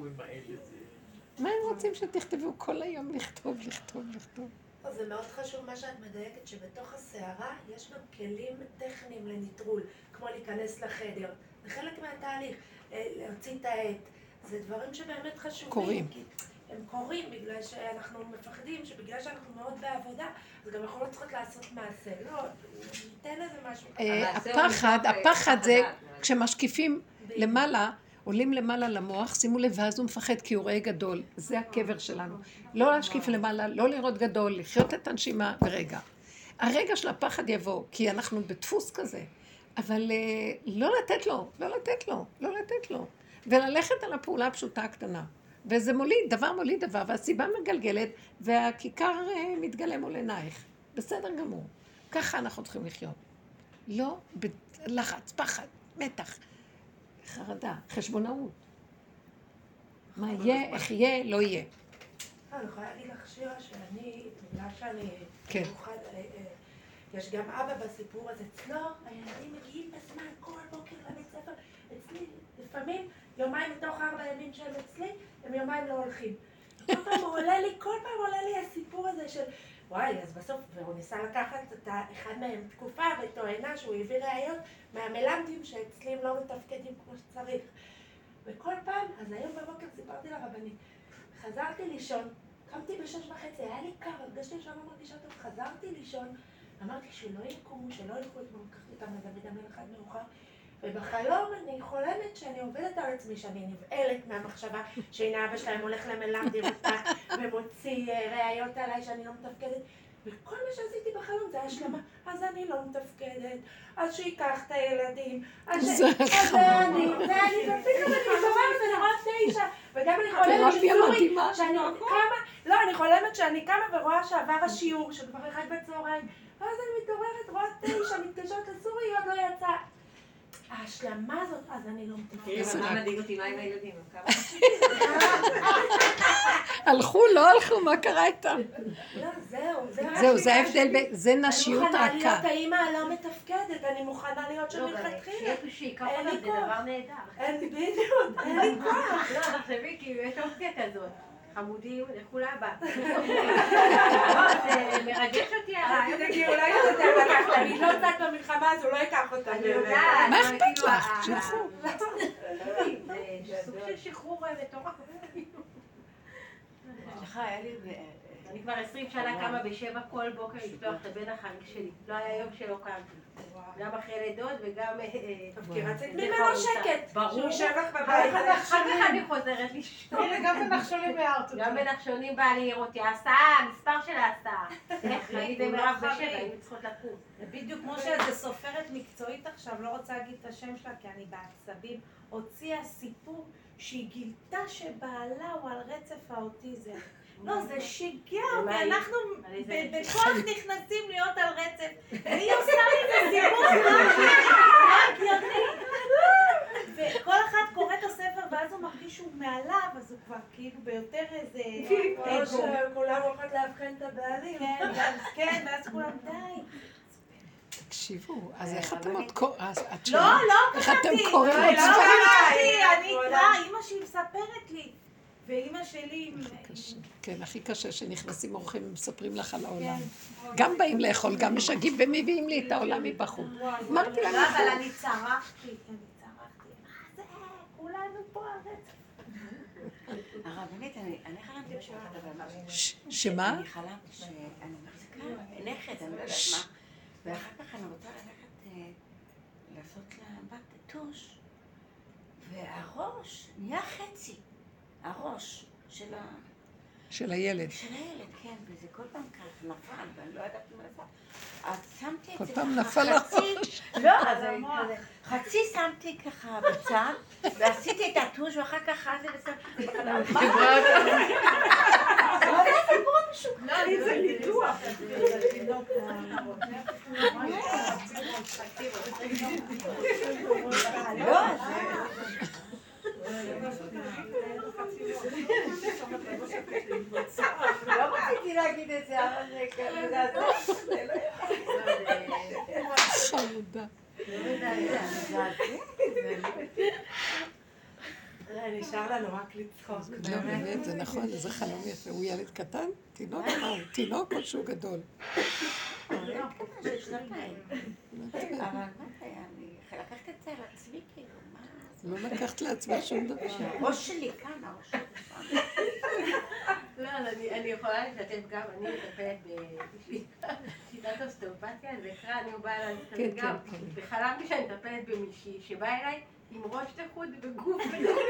מה הם רוצים שתכתבו כל היום? לכתוב, לכתוב, לכתוב. זה מאוד חשוב מה שאת מדייקת, שבתוך הסערה יש גם כלים טכניים לניטרול, כמו להיכנס לחדר. זה חלק מהתהליך, להוציא את העט. זה דברים שבאמת חשובים. קורים. הם קורים בגלל שאנחנו מפחדים, שבגלל שאנחנו מאוד בעבודה, אז גם אנחנו לא צריכות לעשות מעשה. לא, ניתן איזה משהו. הפחד, הפחד זה כשמשקיפים למעלה, עולים למעלה למוח, שימו לב, ואז הוא מפחד כי הוא רואה גדול. זה הקבר שלנו. לא להשקיף למעלה, לא לראות גדול, לחיות את הנשימה ורגע. הרגע של הפחד יבוא, כי אנחנו בדפוס כזה. אבל לא לתת לו, לא לתת לו, לא לתת לו. וללכת על הפעולה הפשוטה הקטנה. וזה מוליד, דבר מוליד דבר, והסיבה מגלגלת, והכיכר מתגלה מול עינייך. בסדר גמור. ככה אנחנו צריכים לחיות. לא בלחץ, פחד, מתח, חרדה, חשבונאות. מה יהיה, איך יהיה, לא יהיה. אני יכולה להגיד לך שירה שאני, בגלל שאני... כן. יש גם אבא בסיפור הזה, אצלו, הילדים מגיעים בזמן כל בוקר לבית ספר, אצלי לפעמים יומיים מתוך ארבע ימים שהם אצלי, הם יומיים לא הולכים. כל פעם עולה לי, כל פעם עולה לי הסיפור הזה של, וואי, אז בסוף, והוא ניסה לקחת את אחד מהם תקופה וטוענה שהוא הביא ראיות מהמלמדים שאצלי הם לא מתפקדים כמו שצריך. וכל פעם, אז היום בבוקר סיפרתי לרבנית, חזרתי לישון, קמתי בשש וחצי, היה לי קר, הרגשתי שאני לא מרגישה טוב, חזרתי לישון, אמרתי שלא יקומו, שלא ילכו אתמול, לקחתי אותם לדוד המלך עד מאוחר, ובחלום אני חולמת שאני עובדת על עצמי, שאני נבעלת מהמחשבה שהנה אבא שלהם הולך למלמדים אותה ומוציא ראיות עליי שאני לא מתפקדת, וכל מה שעשיתי בחלום זה השלמה, אז אני לא מתפקדת, אז שיקח את הילדים, אז זה אני, ואני, ופתאום אני מתעוררת ואני רואה תשע, וגם אני חולמת שסורי, שאני קמה, לא, אני חולמת שאני קמה ורואה שעבר השיעור של כבר אחד בצהריים, ואז אני מתעוררת, רואה תשע, מתקשרת לסורי, היא עוד לא יצאה. ההשלמה הזאת, אז אני לא מתפקדת. מה מדאיג אותי, מה עם הילדים? הלכו, לא הלכו, מה קרה איתם? לא, זהו, זהו, זה ההבדל, זה נשיות רכה. אני מוכנה להיות האמא הלא מתפקדת, אני מוכנה להיות של מלכתחילה. שיקח אותם, זה דבר נהדר. אין לי בדיוק, אין לי כוח. לא, תחשבי, כאילו, יש אופציה כזאת. חמודים, לכו לאבא. זה מרגש אותי עליי. תגידי, אולי אתה יודע לקחת, אני לא צעת במלחמה, אז הוא לא ייקח אותה. אני יודעת. מה אכפת לך? שילכו. זה סוג של שחרור מטורף. סליחה, היה לי... אני כבר עשרים שנה קמה בשבע כל בוקר לפתוח את הבן החריג שלי. לא היה יום שלא קמתי. גם אחרי לידות וגם... כי רצית ממנו שקט. ברור. שבח בבית. אחר כך אני חוזרת לשתות. הנה, גם בנחשולים הערת אותי. גם בנחשונים בא לי לראות אותי, ההסעה, מספר של ההסעה. איך להגיד למירב בשבע, היינו צריכות לקום. זה בדיוק כמו שאיזה סופרת מקצועית עכשיו, לא רוצה להגיד את השם שלה כי אני בעצבים, הוציאה סיפור שהיא גילתה שבעלה הוא על רצף האוטיזם. לא, זה שיגע אותי, אנחנו בכוח נכנסים להיות על רצף, והיא עושה לי את הסיפור רק הגיוני. וכל אחד קורא את הספר ואז הוא מרגיש שהוא מעליו, אז הוא כבר כאילו ביותר איזה... או שכולם הולכות להבחן את הבעלים. כן, ואז כולם די. תקשיבו, אז איך אתם עוד קוראים? לא, לא איך אתם קראתי, קוראים לא עוד ספרים? קראתי, אני אקרא, אמא שלי מספרת לי. ואמא שלי... כן, הכי קשה שנכנסים אורחים ומספרים לך על העולם. גם באים לאכול, גם משגעים ומביאים לי את העולם מבחוץ. אמרתי להם... לא, אבל אני צרחתי, אני צרחתי. מה זה? כולנו פה על רצף. הרבנית, אני חלמתי בשבת אבל משהו. שמה? אני חלמתי שאני מחזיקה נכד, אני לא יודעת מה. ואחר כך אני רוצה ללכת לעשות לה בת טוש, והראש נהיה חצי. הראש של ה... של הילד. של הילד, כן, וזה כל פעם כך נפל, ואני לא יודעת מה לעשות. אז שמתי את כל זה פעם ככה נפל חצי... לא, אז כזה... חצי שמתי ככה בצד, ועשיתי את הטוש, ואחר כך אז זה ושמתי את זה בחדר. מה? זה סיפור משוגע. לא, זה ניתוח. לא, זה... לא רציתי להגיד את זה, אבל זה כזה, זה לא... חמודה. נשאר לנו רק לצחוק. לא, באמת, זה נכון, זה חלום יפה. הוא ילד קטן? תינוק? מה הוא? תינוק או שהוא גדול? אבל מה זה היה? אני לקחת את זה על עצמי, כאילו, מה? לא לקחת לעצמך שום דבר. הראש שלי כאן, הראש שלי כאן. לא, אני יכולה לשתף גם, אני מטפלת בשיטת אוסטאופתיה, זה קרא, אני באה אליי, גם, וחלמתי שאני מטפלת במישהי שבאה אליי עם ראש תחוד וגוף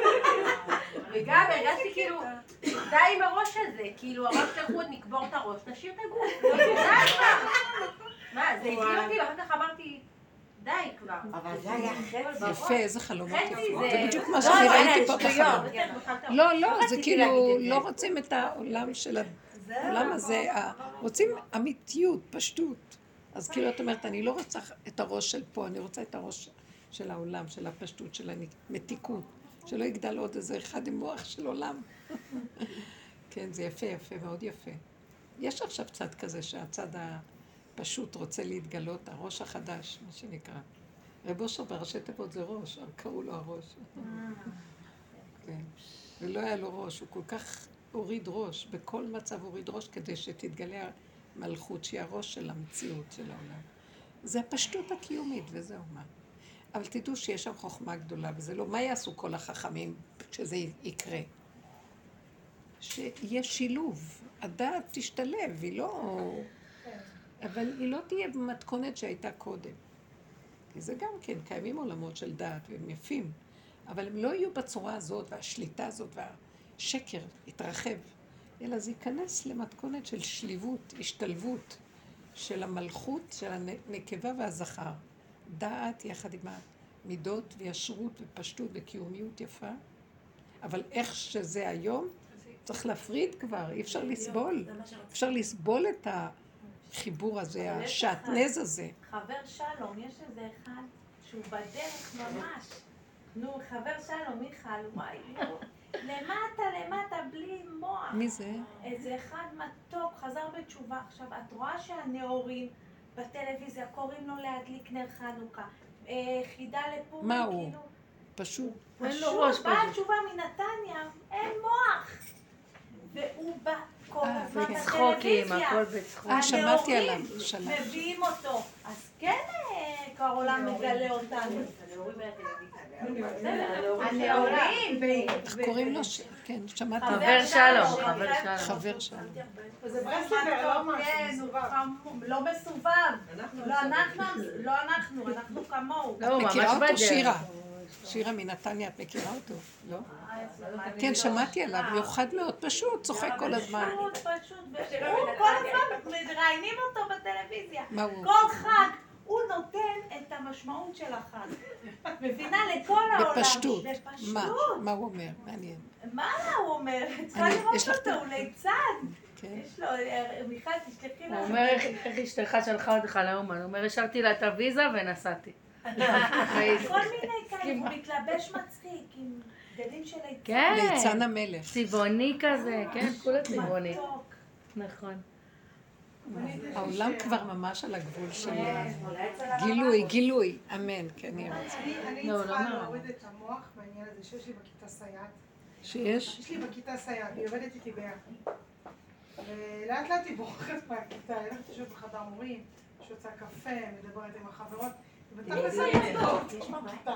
וגם הרגשתי כאילו, די עם הראש הזה, כאילו הראש תחוד, נקבור את הראש, נשאיר את הגוף, די כבר. מה, זה הציל אותי, ואחר כך אמרתי, די כבר. אבל זה היה חצי. יפה, איזה חלומות חצי יפות. זה- זה בדיוק מה שאני ראיתי פה בחלום. בחלום. לא, לא, זה רציתי כאילו, להגיד את זה. לא רוצים את העולם של העולם הזה, ה- רוצים אמיתיות, פשטות. אז כאילו את אומרת, אני לא רוצה את הראש של פה, אני רוצה את הראש של העולם, של הפשטות, של המתיקות, שלא יגדל עוד איזה אחד עם מוח של עולם. כן, זה יפה, יפה, מאוד יפה. יש עכשיו צד כזה שהצד הפשוט רוצה להתגלות, הראש החדש, מה שנקרא. רב אושר בראשי תיבות זה ראש, קראו לו הראש. כן. ולא היה לו ראש, הוא כל כך הוריד ראש, בכל מצב הוריד ראש כדי שתתגלה המלכות, שהיא הראש של המציאות של העולם. זה הפשטות הקיומית, וזהו מה. אבל תדעו שיש שם חוכמה גדולה, וזה לא, מה יעשו כל החכמים כשזה יקרה? שיהיה שילוב, הדעת תשתלב, היא לא... אבל היא לא תהיה במתכונת שהייתה קודם. כי זה גם כן, קיימים עולמות של דעת, והם יפים, אבל הם לא יהיו בצורה הזאת, והשליטה הזאת, והשקר יתרחב, אלא זה ייכנס למתכונת של שליבות, השתלבות של המלכות, של הנקבה והזכר. דעת יחד עם המידות וישרות ופשטות וקיומיות יפה, אבל איך שזה היום, צריך להפריד כבר, אי אפשר לסבול. אפשר לסבול את החיבור הזה, השעטנז הזה. חבר שלום, יש איזה אחד שהוא בדרך ממש. נו, חבר שלום, מיכל, וואי, נו. למטה, למטה, בלי מוח. מי זה? איזה אחד מתוק, חזר בתשובה. עכשיו, את רואה שהנאורים בטלוויזיה קוראים לו להדליק נר חנוכה. אה, חידה לפורים, מה הוא? כאילו... פשוט. פשוט, באה תשובה מנתניה, אין מוח. והוא בא, כל אה, הזמן בצחוקים, בטלוויזיה. הכל בצחוק. אה, שמעתי הנאורים עליו, הוא שלח. מביאים אותו. אז כן, אה, כבר העולם מגלה אותנו. הנאורים. איך קוראים לו? ש- כן, שמעתי. חבר שלום, שלום, חבר כן. שלום. חבר שלנו. וזה ברסלבר, לא משהו כן, הוא מסובב. חמור, לא מסובב. לא אנחנו, לא אנחנו, אנחנו כמוהו. לא, הוא ממש מכירה אותו? בדרך. שירה. שירה מנתניה, את מכירה אותו? לא? כן, שמעתי עליו, מיוחד מאוד, פשוט, צוחק כל הזמן. פשוט, פשוט, הוא כל הזמן מראיינים אותו בטלוויזיה. מה הוא? כל חג הוא נותן את המשמעות של החג. מבינה? לכל העולם. בפשטות. בפשטות. מה? מה הוא אומר? מעניין. מה הוא אומר? צריכה אני- לראות יש לך אותו, את- הוא ליצן. כן. יש לו, אה, מיכל, תשלחי הוא לה. אומר, איך איך אשתך שלחה אותך לאומן? הוא אומר, השארתי לה את הוויזה ונסעתי. כל מיני כאלה, הוא מתלבש מצחיק, עם גדים של ליצן. כן. ליצן המלך. צבעוני כזה, כן, כולה צבעוני. מתוק. נכון. העולם כבר ממש על הגבול של גילוי, גילוי. אמן, כן, יהיה רצון. אני אני לא, לא צריכה נורא. להוריד את המוח בעניין הזה שיש לי בכיתה סייעת. שיש? יש לי בכיתה סייעת, היא עובדת איתי ביחד. ולאט לאט היא בורחת מהכיתה, היא הולכת לשבת בחדר מורים, שוצא קפה, מדברת עם החברות. ובתכלס אני טוב, בכיתה.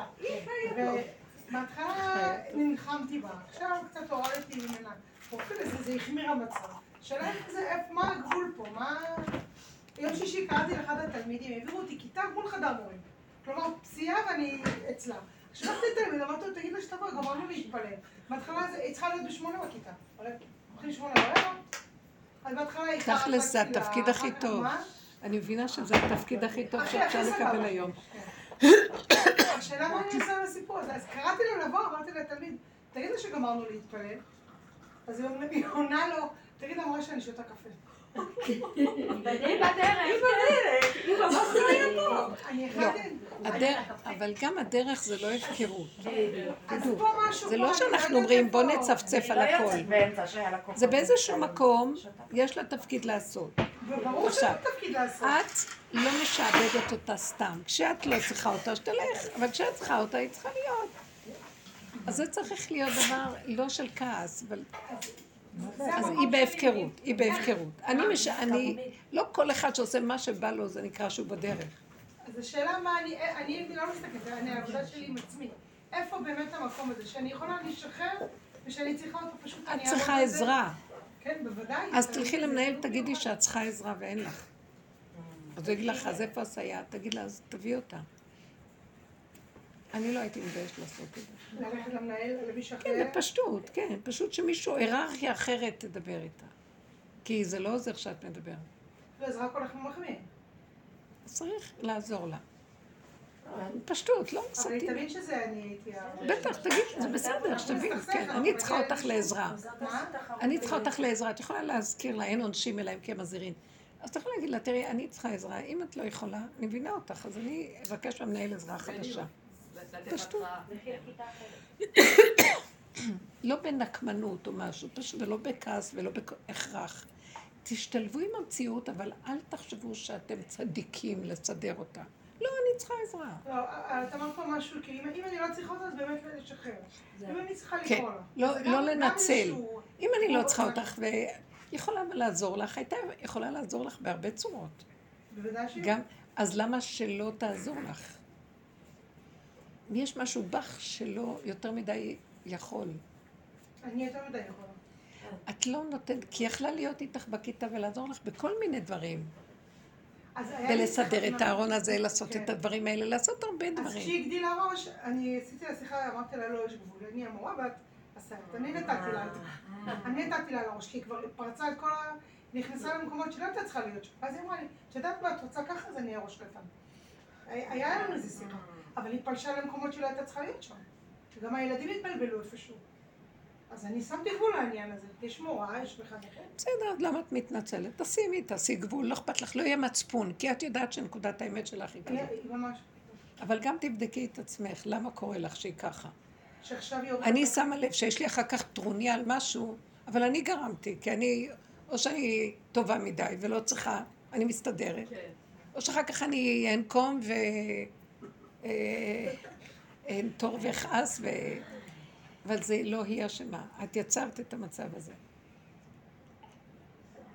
ובהתחלה נלחמתי בה, עכשיו קצת הורדתי ממנה. באופן הזה זה החמיר המצב. השאלה איך זה, איפה, מה הגבול פה, מה... יום שישי קראתי לאחד התלמידים, העבירו אותי כיתה מול חדר מורים. כלומר, פסיעה ואני אצלה. שלחתי את התלמיד, אמרתי לו, תגיד לה שתבוא, גמרנו להתפלל. בהתחלה זה- היא צריכה להיות בשמונה בכיתה. הולכים שמונה ברבע, אז בהתחלה היא איחרה תכלס זה לתפילה, התפקיד הכי אחר כך טוב. מה? אני מבינה שזה התפקיד הכי טוב הכי- שאפשר הכי לקבל סבבה. היום. כן. השאלה מה אני עושה לסיפור הזה, אז קראתי לו לבוא, אמרתי לתלמיד, תגיד לו שגמרנו להתפלל. אז היא אומרת- היא עונה לו, תגיד למורה שאני שותה קפה. היא בדרך. היא ממש לא היה פה. אני לא, החלטתי. הדר- אבל גם הדרך זה לא הפקרות. אז תדעו, פה משהו זה פה, לא אני שאנחנו יודעת אומרים בוא איפה. נצפצף על הכל. זה באיזשהו מקום, יש לה תפקיד לעשות. וברור עכשיו, שזה תפקיד לעשות. את לא משעבדת אותה סתם. כשאת לא צריכה אותה, שתלך. אבל כשאת צריכה אותה, היא צריכה להיות. אז זה צריך להיות דבר לא של כעס, אבל... אז היא בהפקרות, היא בהפקרות. אני מש... אני... לא כל אחד שעושה מה שבא לו, זה נקרא שהוא בדרך. אז השאלה מה אני, אני לא מסתכלת, אני העבודה שלי עם עצמי. איפה באמת המקום הזה, שאני יכולה להשחרר ושאני צריכה אותו פשוט... את אני צריכה אעבוד בזה. עזרה. כן, בוודאי. אז תלכי למנהל, תגידי שאת צריכה עזרה ואין לך. אז הוא יגיד לך, אז איפה הסייעת? תגיד לה, אז תביא אותה. אני לא הייתי מתביישת לעשות את זה. ללכת למנהל, למישהו אחר. כן, בפשטות, כן. פשוט שמישהו, היררכיה אחרת תדבר איתה. כי זה לא עוזר שאת מדברת. לא, זה רק הולך ומחמיא. אז צריך לעזור לה. פשטות, לא אבל היא מסתים. תבין שזה אני הייתי... ה- בטח, תגיד, זה בסדר, שתבין, כן. אני צריכה אותך לעזרה. מה? אני צריכה אותך לעזרה. את יכולה להזכיר לה, אין עונשים אלא אם כן מזהירים. אז את יכולה להגיד לה, תראי, אני צריכה עזרה. אם את לא יכולה, אני מבינה אותך, אז אני אבקש מהמנהל עזרה חדשה. פשטות. לא בנקמנות או משהו, פשוט, ולא בכעס ולא בהכרח. תשתלבו עם המציאות, אבל אל תחשבו שאתם צדיקים לסדר אותה. לא, אני צריכה עזרה. לא, את אמרת פה משהו, כי אם אם אני לא צריכה אותו, אז באמת לשחרר. אם אני צריכה כן, לקרוא לה. לא, זה לא גם- גם לנצל. איזשהו- אם אני לא צריכה אותך ויכולה לעזור לך, הייתה יכולה לעזור לך בהרבה צורות. בוודאי שהיא. גם, אז למה שלא תעזור לך? יש משהו בך שלא יותר מדי יכול. אני יותר מדי יכולה. את לא נותנת, כי יכלה להיות איתך בכיתה ולעזור לך בכל מיני דברים. אז היה לי ולסדר שיחה את עם- הארון הזה, לעשות כן. את הדברים האלה, לעשות הרבה אז דברים. כשהיא הגדילה ראש, אני עשיתי לה שיחה, אמרתי לה, לא, יש גבול, אני המורה ואת הסייעת. אני נתתי לה את זה. אני נתתי לה לראש, כי היא כבר פרצה את כל ה... נכנסה למקומות שלא הייתה צריכה להיות שם. אז היא אמרה לי, את יודעת מה, את רוצה ככה, אז אני אהיה ראש קטן. היה לנו איזה שיחה, אבל היא פלשה למקומות שלא הייתה צריכה להיות שם. גם הילדים התבלבלו איפשהו. אז אני שמתי גבול לעניין הזה. יש מורה, יש מחנכת. בסדר, אז למה את מתנצלת? תשימי, תעשי גבול, לא אכפת לך, לא יהיה מצפון, כי את יודעת שנקודת האמת שלך היא כזאת. היא ממש... אבל גם תבדקי את עצמך, למה קורה לך שהיא ככה? שעכשיו היא עובדת... אני שמה לב שיש לי אחר כך טרוניה על משהו, אבל אני גרמתי, כי אני, או שאני טובה מדי ולא צריכה, אני מסתדרת, או שאחר כך אני אנקום ו... אין תור וכעס, ו... אבל זה לא היא אשמה. את יצרת את המצב הזה.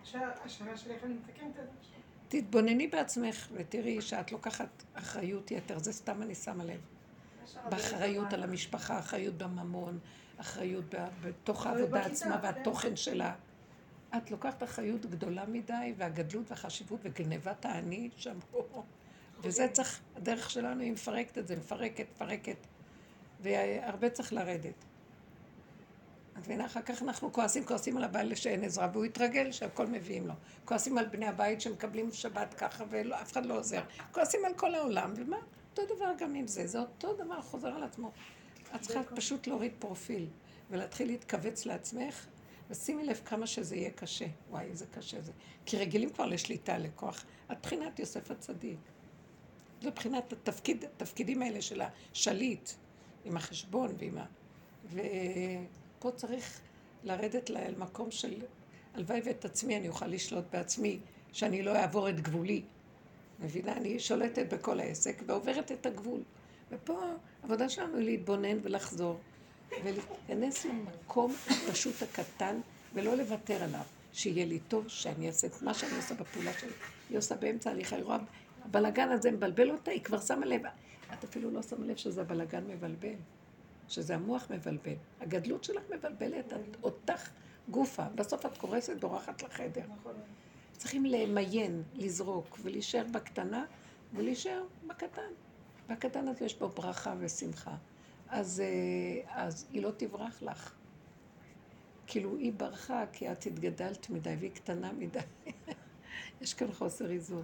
שהשנה שלי איך אני מתקנת את זה. תתבונני בעצמך ותראי שאת לוקחת אחריות יתר, זה סתם אני שמה לב. באחריות על המשפחה, אחריות בממון, אחריות בתוך העבודה עצמה והתוכן שלה. את לוקחת אחריות גדולה מדי, והגדלות והחשיבות וגנבת האני שאמרו. וזה צריך, הדרך שלנו היא מפרקת את זה, מפרקת, מפרקת, והרבה צריך לרדת. את מבינה, אחר כך אנחנו כועסים, כועסים על הבעל שאין עזרה, והוא יתרגל שהכל מביאים לו. כועסים על בני הבית שמקבלים שבת ככה, ואף אחד לא עוזר. כועסים על כל העולם, ומה? אותו דבר גם עם זה, זה אותו דבר חוזר על עצמו. את צריכה פשוט להוריד פרופיל, ולהתחיל להתכווץ לעצמך, ושימי לב כמה שזה יהיה קשה. וואי, איזה קשה זה. כי רגילים כבר לשליטה, לכוח. את בחינת יוסף הצדיק. זו בחינת התפקיד, התפקידים האלה של השליט, עם החשבון ועם ה... ופה צריך לרדת למקום של... הלוואי ואת עצמי אני אוכל לשלוט בעצמי, שאני לא אעבור את גבולי. מבינה? אני שולטת בכל העסק ועוברת את הגבול. ופה העבודה שלנו היא להתבונן ולחזור. ולהיכנס למקום הפשוט הקטן ולא לוותר עליו. שיהיה לי טוב שאני אעשה את מה שאני עושה בפעולה שלי. היא עושה באמצע הליכה, היא רואה, הבלגן הזה מבלבל אותה, היא כבר שמה לב. את אפילו לא שמה לב שזה הבלגן מבלבל. שזה המוח מבלבל. הגדלות שלך מבלבלת, את אותך גופה. בסוף את קורסת, בורחת לחדר. צריכים למיין, לזרוק ולהישאר בקטנה ולהישאר בקטן. בקטן הזה יש בו ברכה ושמחה. אז, אז היא לא תברח לך. כאילו היא ברכה כי את התגדלת מדי והיא קטנה מדי. יש כאן חוסר איזון.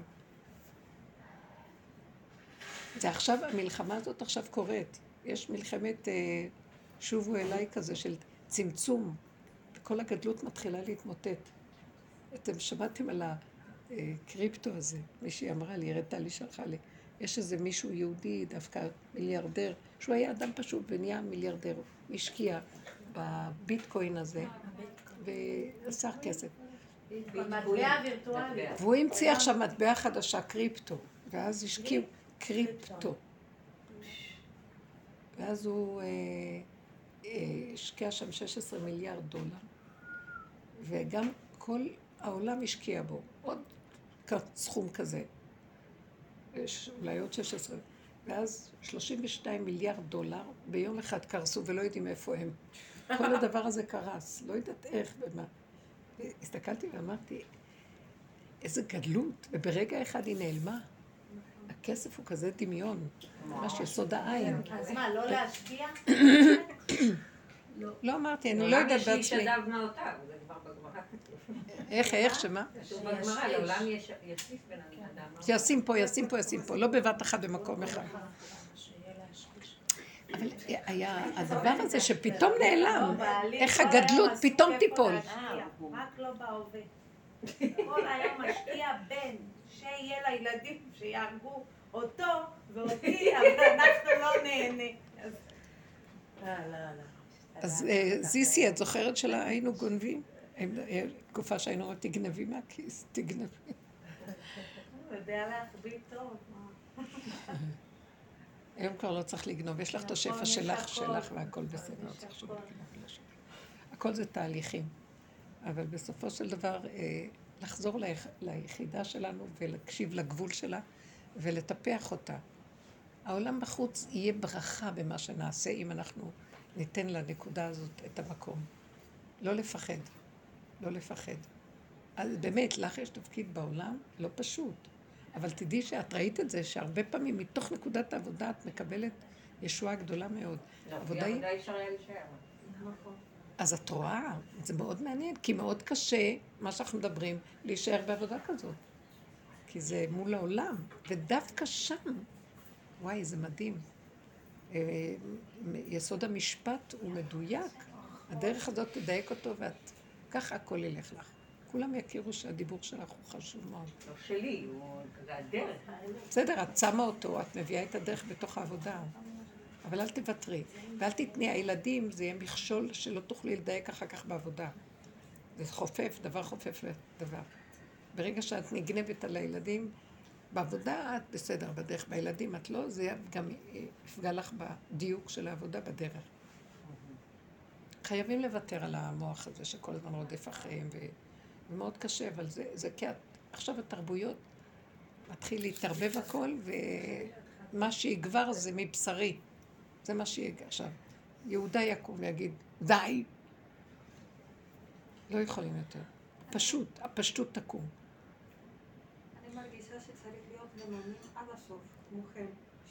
זה עכשיו, המלחמה הזאת עכשיו קורית. יש מלחמת שובו אליי כזה של צמצום, וכל הגדלות מתחילה להתמוטט. אתם שמעתם על הקריפטו הזה, מישהי אמרה לי, הראתה לי, שלחה לי, יש איזה מישהו יהודי, דווקא מיליארדר, שהוא היה אדם פשוט ונהיה מיליארדר, השקיע בביטקוין הזה, ועשר כסף. במטבע הווירטואלי. והוא המציא עכשיו מטבע חדשה, קריפטו, ואז השקיעו קריפטו. ואז הוא אה, אה, השקיע שם שש עשרה מיליארד דולר, וגם כל העולם השקיע בו, עוד סכום כזה, יש אולי עוד שש עשרה, ואז שלושים ושניים מיליארד דולר ביום אחד קרסו ולא יודעים איפה הם. כל הדבר הזה קרס, לא יודעת איך ומה. הסתכלתי ואמרתי, איזה גדלות, וברגע אחד היא נעלמה. הכסף הוא כזה דמיון, ממש יסוד העין. אז מה, לא להשקיע? לא אמרתי, אני לא יודעת בעצמי. לעולם יש שדב מעותיו, זה כבר בגמרא. איך, איך, שמה? בגמרא, לעולם יוסיף בן אדם. ישים פה, ישים פה, ישים פה, לא בבת אחת במקום אחד. אבל היה הדבר הזה שפתאום נעלם, איך הגדלות פתאום תיפול. רק לא בהווה. כל היום משקיע בן, שיהיה לילדים שיהרגו אותו ואותי, אבל אנחנו לא נהנה. אז זיסי, את זוכרת שלה היינו גונבים? תקופה שהיינו אומרת, תגנבי מהכיס, תגנבי. הוא יודע להחביא טוב. היום כבר לא צריך לגנוב, יש לך את השפע שלך, שלך והכל בסדר. הכל זה תהליכים. אבל בסופו של דבר, לחזור ליחידה שלנו ולהקשיב לגבול שלה ולטפח אותה. העולם בחוץ יהיה ברכה במה שנעשה אם אנחנו ניתן לנקודה הזאת את המקום. לא לפחד, לא לפחד. אז באמת, לך יש תפקיד בעולם לא פשוט. אבל תדעי שאת ראית את זה, שהרבה פעמים מתוך נקודת העבודה את מקבלת ישועה גדולה מאוד. לא, כי העבודה אי אפשר היה להישאר. אז את רואה, זה מאוד מעניין, כי מאוד קשה, מה שאנחנו מדברים, להישאר בעבודה כזאת. כי זה מול העולם, ודווקא שם, וואי, זה מדהים. יסוד המשפט הוא מדויק. הדרך הזאת תדייק אותו, ואת ככה הכל ילך לך. כולם יכירו שהדיבור שלך הוא חשוב מאוד. לא שלי, הוא כזה הדרך. בסדר, את שמה אותו, את מביאה את הדרך בתוך העבודה. אבל אל תוותרי, ואל תתני, הילדים, זה יהיה מכשול שלא תוכלי לדייק אחר כך בעבודה. זה חופף, דבר חופף לדבר. ברגע שאת נגנבת על הילדים, בעבודה את בסדר, בדרך, בילדים את לא, זה גם יפגע לך בדיוק של העבודה בדרך. חייבים לוותר על המוח הזה שכל הזמן רודף אחריהם מאוד קשה, אבל זה, זה כי עכשיו התרבויות מתחיל להתערבב הכל, ומה שיגבר זה מבשרי. זה מה שיגבר. עכשיו, יהודה יקום ויגיד, די. לא יכולים יותר. פשוט, הפשטות תקום. אני מרגישה שצריך להיות נאמנים עד הסוף, כמוכם,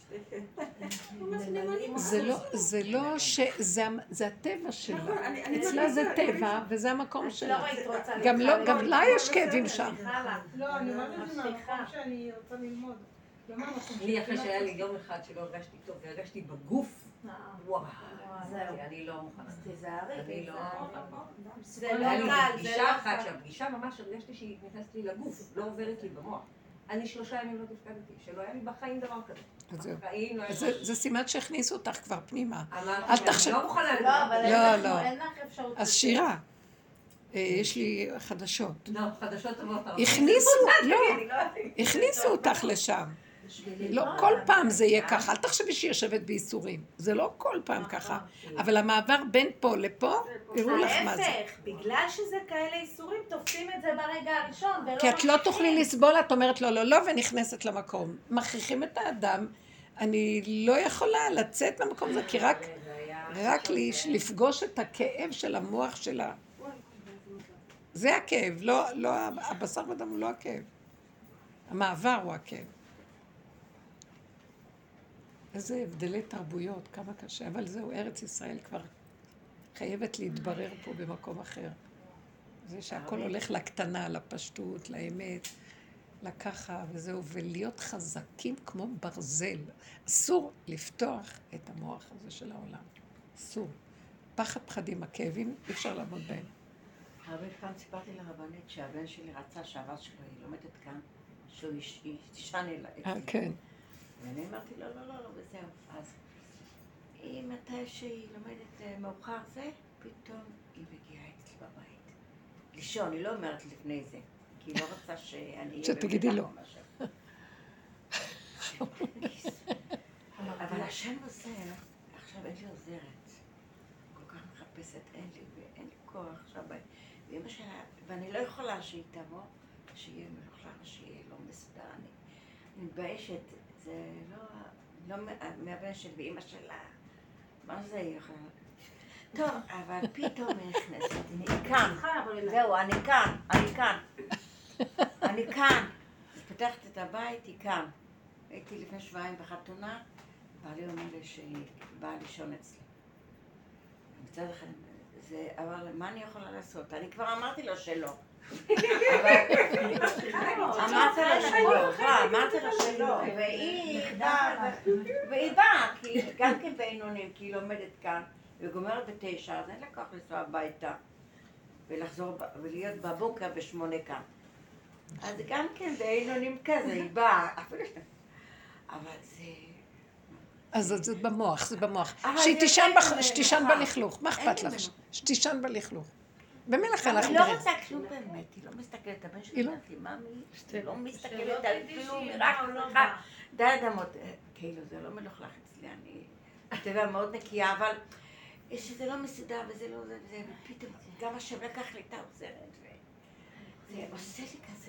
שתיכם. זה לא, זה לא ש... זה, זה הטבע שלה. נכון, אני- אני אצלה זה מרגישה- טבע, וזה המקום לא שלה. ראית רוצה גם לא, להתחלק. גם לה יש כאבים שם. לא, אני אומרת את זה מהמקום שאני רוצה ללמוד. לא מהמקום אני אחרי שהיה לי יום אחד שלא הרגשתי טוב, והרגשתי בגוף, וואו, זהו. אני לא מוכנה. תיזהרי, אני לא מוכנה. זה לא היה לי קל, זה פגישה לא אחת, קל. שהפגישה ממש הרגשתי שהיא נכנסת לי לגוף, לא עוברת לי במוח. אני שלושה ימים לא תפקדתי, שלא היה לי בחיים דבר כזה. אז זהו. בחיים לא היה לי. זה, זה סימן שהכניסו אותך כבר פנימה. אל אמרתי, תחשב- אני לא מוכנה לא, אבל לא, אין לך- לא. אין לך אפשרות. אז שירה, אה, יש לי חדשות. לא, חדשות טובות. הכניסו, לא, הכניסו אותך לשם. לא, כל פעם זה יהיה ככה. אל תחשבי שהיא יושבת בייסורים. זה לא כל פעם ככה. אבל המעבר בין פה לפה, יראו לך מה זה. ההפך, בגלל שזה כאלה איסורים, תופסים את זה ברגע הראשון, ולא כי את לא ממשיכים. תוכלי לסבול, את אומרת לא, לא, לא, ונכנסת למקום. מכריחים את האדם. אני לא יכולה לצאת מהמקום הזה, כי רק, רק לי- לפגוש את הכאב של המוח שלה. זה הכאב, לא, לא, הבשר ודם הוא לא הכאב. המעבר הוא הכאב. איזה הבדלי תרבויות, כמה קשה, אבל זהו, ארץ ישראל כבר חייבת להתברר פה במקום אחר. זה שהכל הולך לקטנה, לפשטות, לאמת, לקחה וזהו, ולהיות חזקים כמו ברזל. אסור לפתוח את המוח הזה של העולם. אסור. פחד פחדים, הכאבים, אי אפשר לעמוד בהם. הרבה פעם סיפרתי לרבנית שהבן שלי רצה שהבת שלו, היא לומדת כאן, שהוא ישן אה, אצלי. כן. ואני אמרתי, לא, לא, לא, לא, וזהו. אז היא, מתי שהיא לומדת אה, מאוחר זה, פתאום היא מגיעה אצלי בבית. לישון, היא לא אומרת לפני זה, כי היא לא רוצה שאני... אהיה שתגידי במיטה לו. או משהו. אבל השם עוזר, עכשיו אין לי עוזרת. כל כך מחפשת, אין לי, ואין לי כוח עכשיו. ואמא שלה, ואני לא יכולה שהיא תבוא, שיהיה מלוכלך, שיהיה לא מסודר. אני מתביישת. זה לא, לא מה- מהבן שלי ואימא שלה, מה זה היא יכולה? טוב, אבל פתאום היא נכנסת, אני כאן, זהו, אני כאן, אני כאן, אני כאן. אז פתחת את הבית, היא כאן. הייתי לפני שבועיים בחתונה, בעלי אומר לי שהיא באה לישון אצלי. מצד אחד, זה, אבל מה אני יכולה לעשות? אני כבר אמרתי לו שלא. אמרתי לה שלא, אמרתי לה שלא, והיא באה, והיא באה, כי גם כן בעינונים, כי היא לומדת כאן, וגומרת בתשע, אז אין לה כוח לנסוע הביתה, ולחזור, ולהיות בבוקר בשמונה כאן. אז גם כן בעינונים כזה, היא באה, אבל זה... אז זה במוח, זה במוח. אבל שהיא זה תישן אין בח- ממנו, שתישן אה, בלכלוך, מה אין אכפת לך? ממנו. שתישן בלכלוך. במילא לך אנחנו היא לא נראה. רוצה כלום באמת, היא לא מסתכלת, הבן שלי היא לא? אומרת לי, מאמי, היא לא שלא מסתכלת על תדעי כלום, שהיא היא באה רק או לא צריכה באה. די אדמות. אה, כאילו, זה לא מלוכלך אצלי, אני טבע מאוד נקייה, אבל שזה לא מסודר וזה לא זה וזה, ופתאום גם השם לקח לי את העוזרת, וזה עושה לי כזה...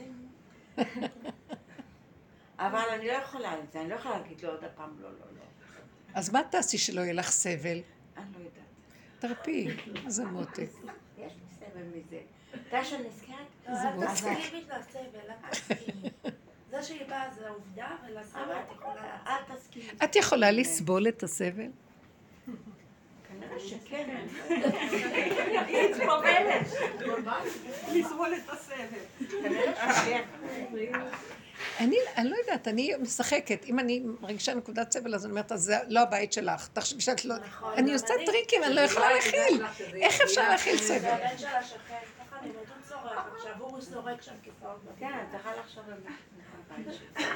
אבל אני לא יכולה עם זה, אני לא יכולה להגיד לו עוד הפעם לא, לא, לא. אז מה תעשי שלא יהיה לך סבל? אני לא יודעת. תרפי, איזה מותק. יש לי סבל מזה. אתה שאני נזכרת? זה אל מותק. תסכימי לסבל, אל תסכימי. זה שהיא באה זה עובדה, ולסבל אבל את יכולה... אל תסכימי. את יכולה לסבול את הסבל? כנראה שכן. היא מתפובלת. לסבול את הסבל. כנראה שכן. אני, אני לא יודעת, אני משחקת. אם אני מרגישה נקודת סבל, אז אני אומרת, אז זה לא הבית שלך. תחשבי שאת לא... אני עושה טריקים, אני לא יכולה להכיל. איך אפשר להכיל זה סבל? הבן של השכן, ככה אני נותן צורך, עכשיו הוא זורק שם כיסאות. כן, את צריכה לחשוב על הבית שלי.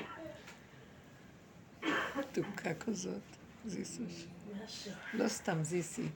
תוקה כזאת, זיסוש. משהו. לא סתם זיסי.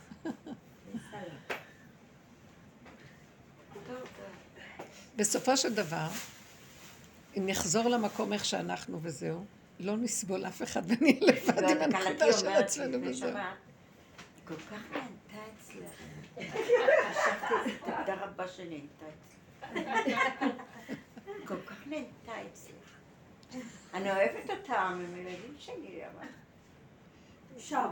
בסופו של דבר, אם נחזור למקום איך שאנחנו וזהו, לא נסבול אף אחד ונהיה לבד עם הנקודה של עצמנו וזהו. היא כל כך נהנתה אצלך. חשבתי, תודה רבה שנהנתה אצלך. כל כך נהנתה אצלך. אני אוהבת אותם, הם ילדים שלי, אבל... שם.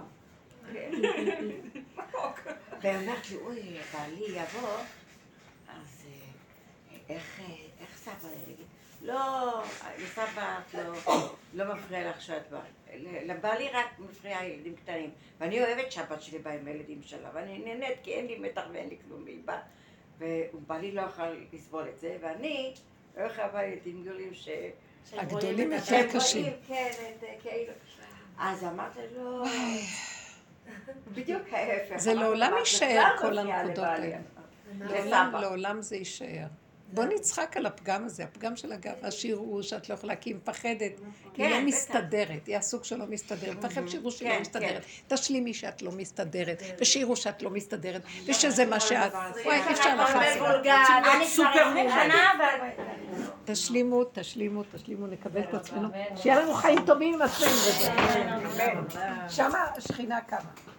והיא אומרת לי, אוי, בעלי יבוא, אז איך סבא יגיד? לא, לסבא לא מפריע לך שאת באה. לבעלי רק מפריע ילדים קטנים. ואני אוהבת שהבת שלי באה עם הילדים שלה, ואני נהנית כי אין לי מתח ואין לי כלום, היא באה. ובעלי לא יכול לסבול את זה, ואני לא יכולה באה ילדים גדולים ש... הגדולים יותר קשים. כן, כאילו. אז אמרת לו, בדיוק ההפך. זה לעולם יישאר כל הנקודות האלה. לעולם, לעולם זה יישאר. בוא נצחק על הפגם הזה, הפגם של הגאווה, שיראו שאת לא יכולה, כי היא מפחדת, היא לא מסתדרת, היא הסוג שלא מסתדרת, מפחד שיראו שהיא לא מסתדרת, תשלימי שאת לא מסתדרת, ושיראו שאת לא מסתדרת, ושזה מה שאת, וואי, אי אפשר לך סופר מוכנה, תשלימו, תשלימו, תשלימו, נקבל את עצמנו, שיהיה לנו חיים טובים עם עצמנו, שמה השכינה קמה.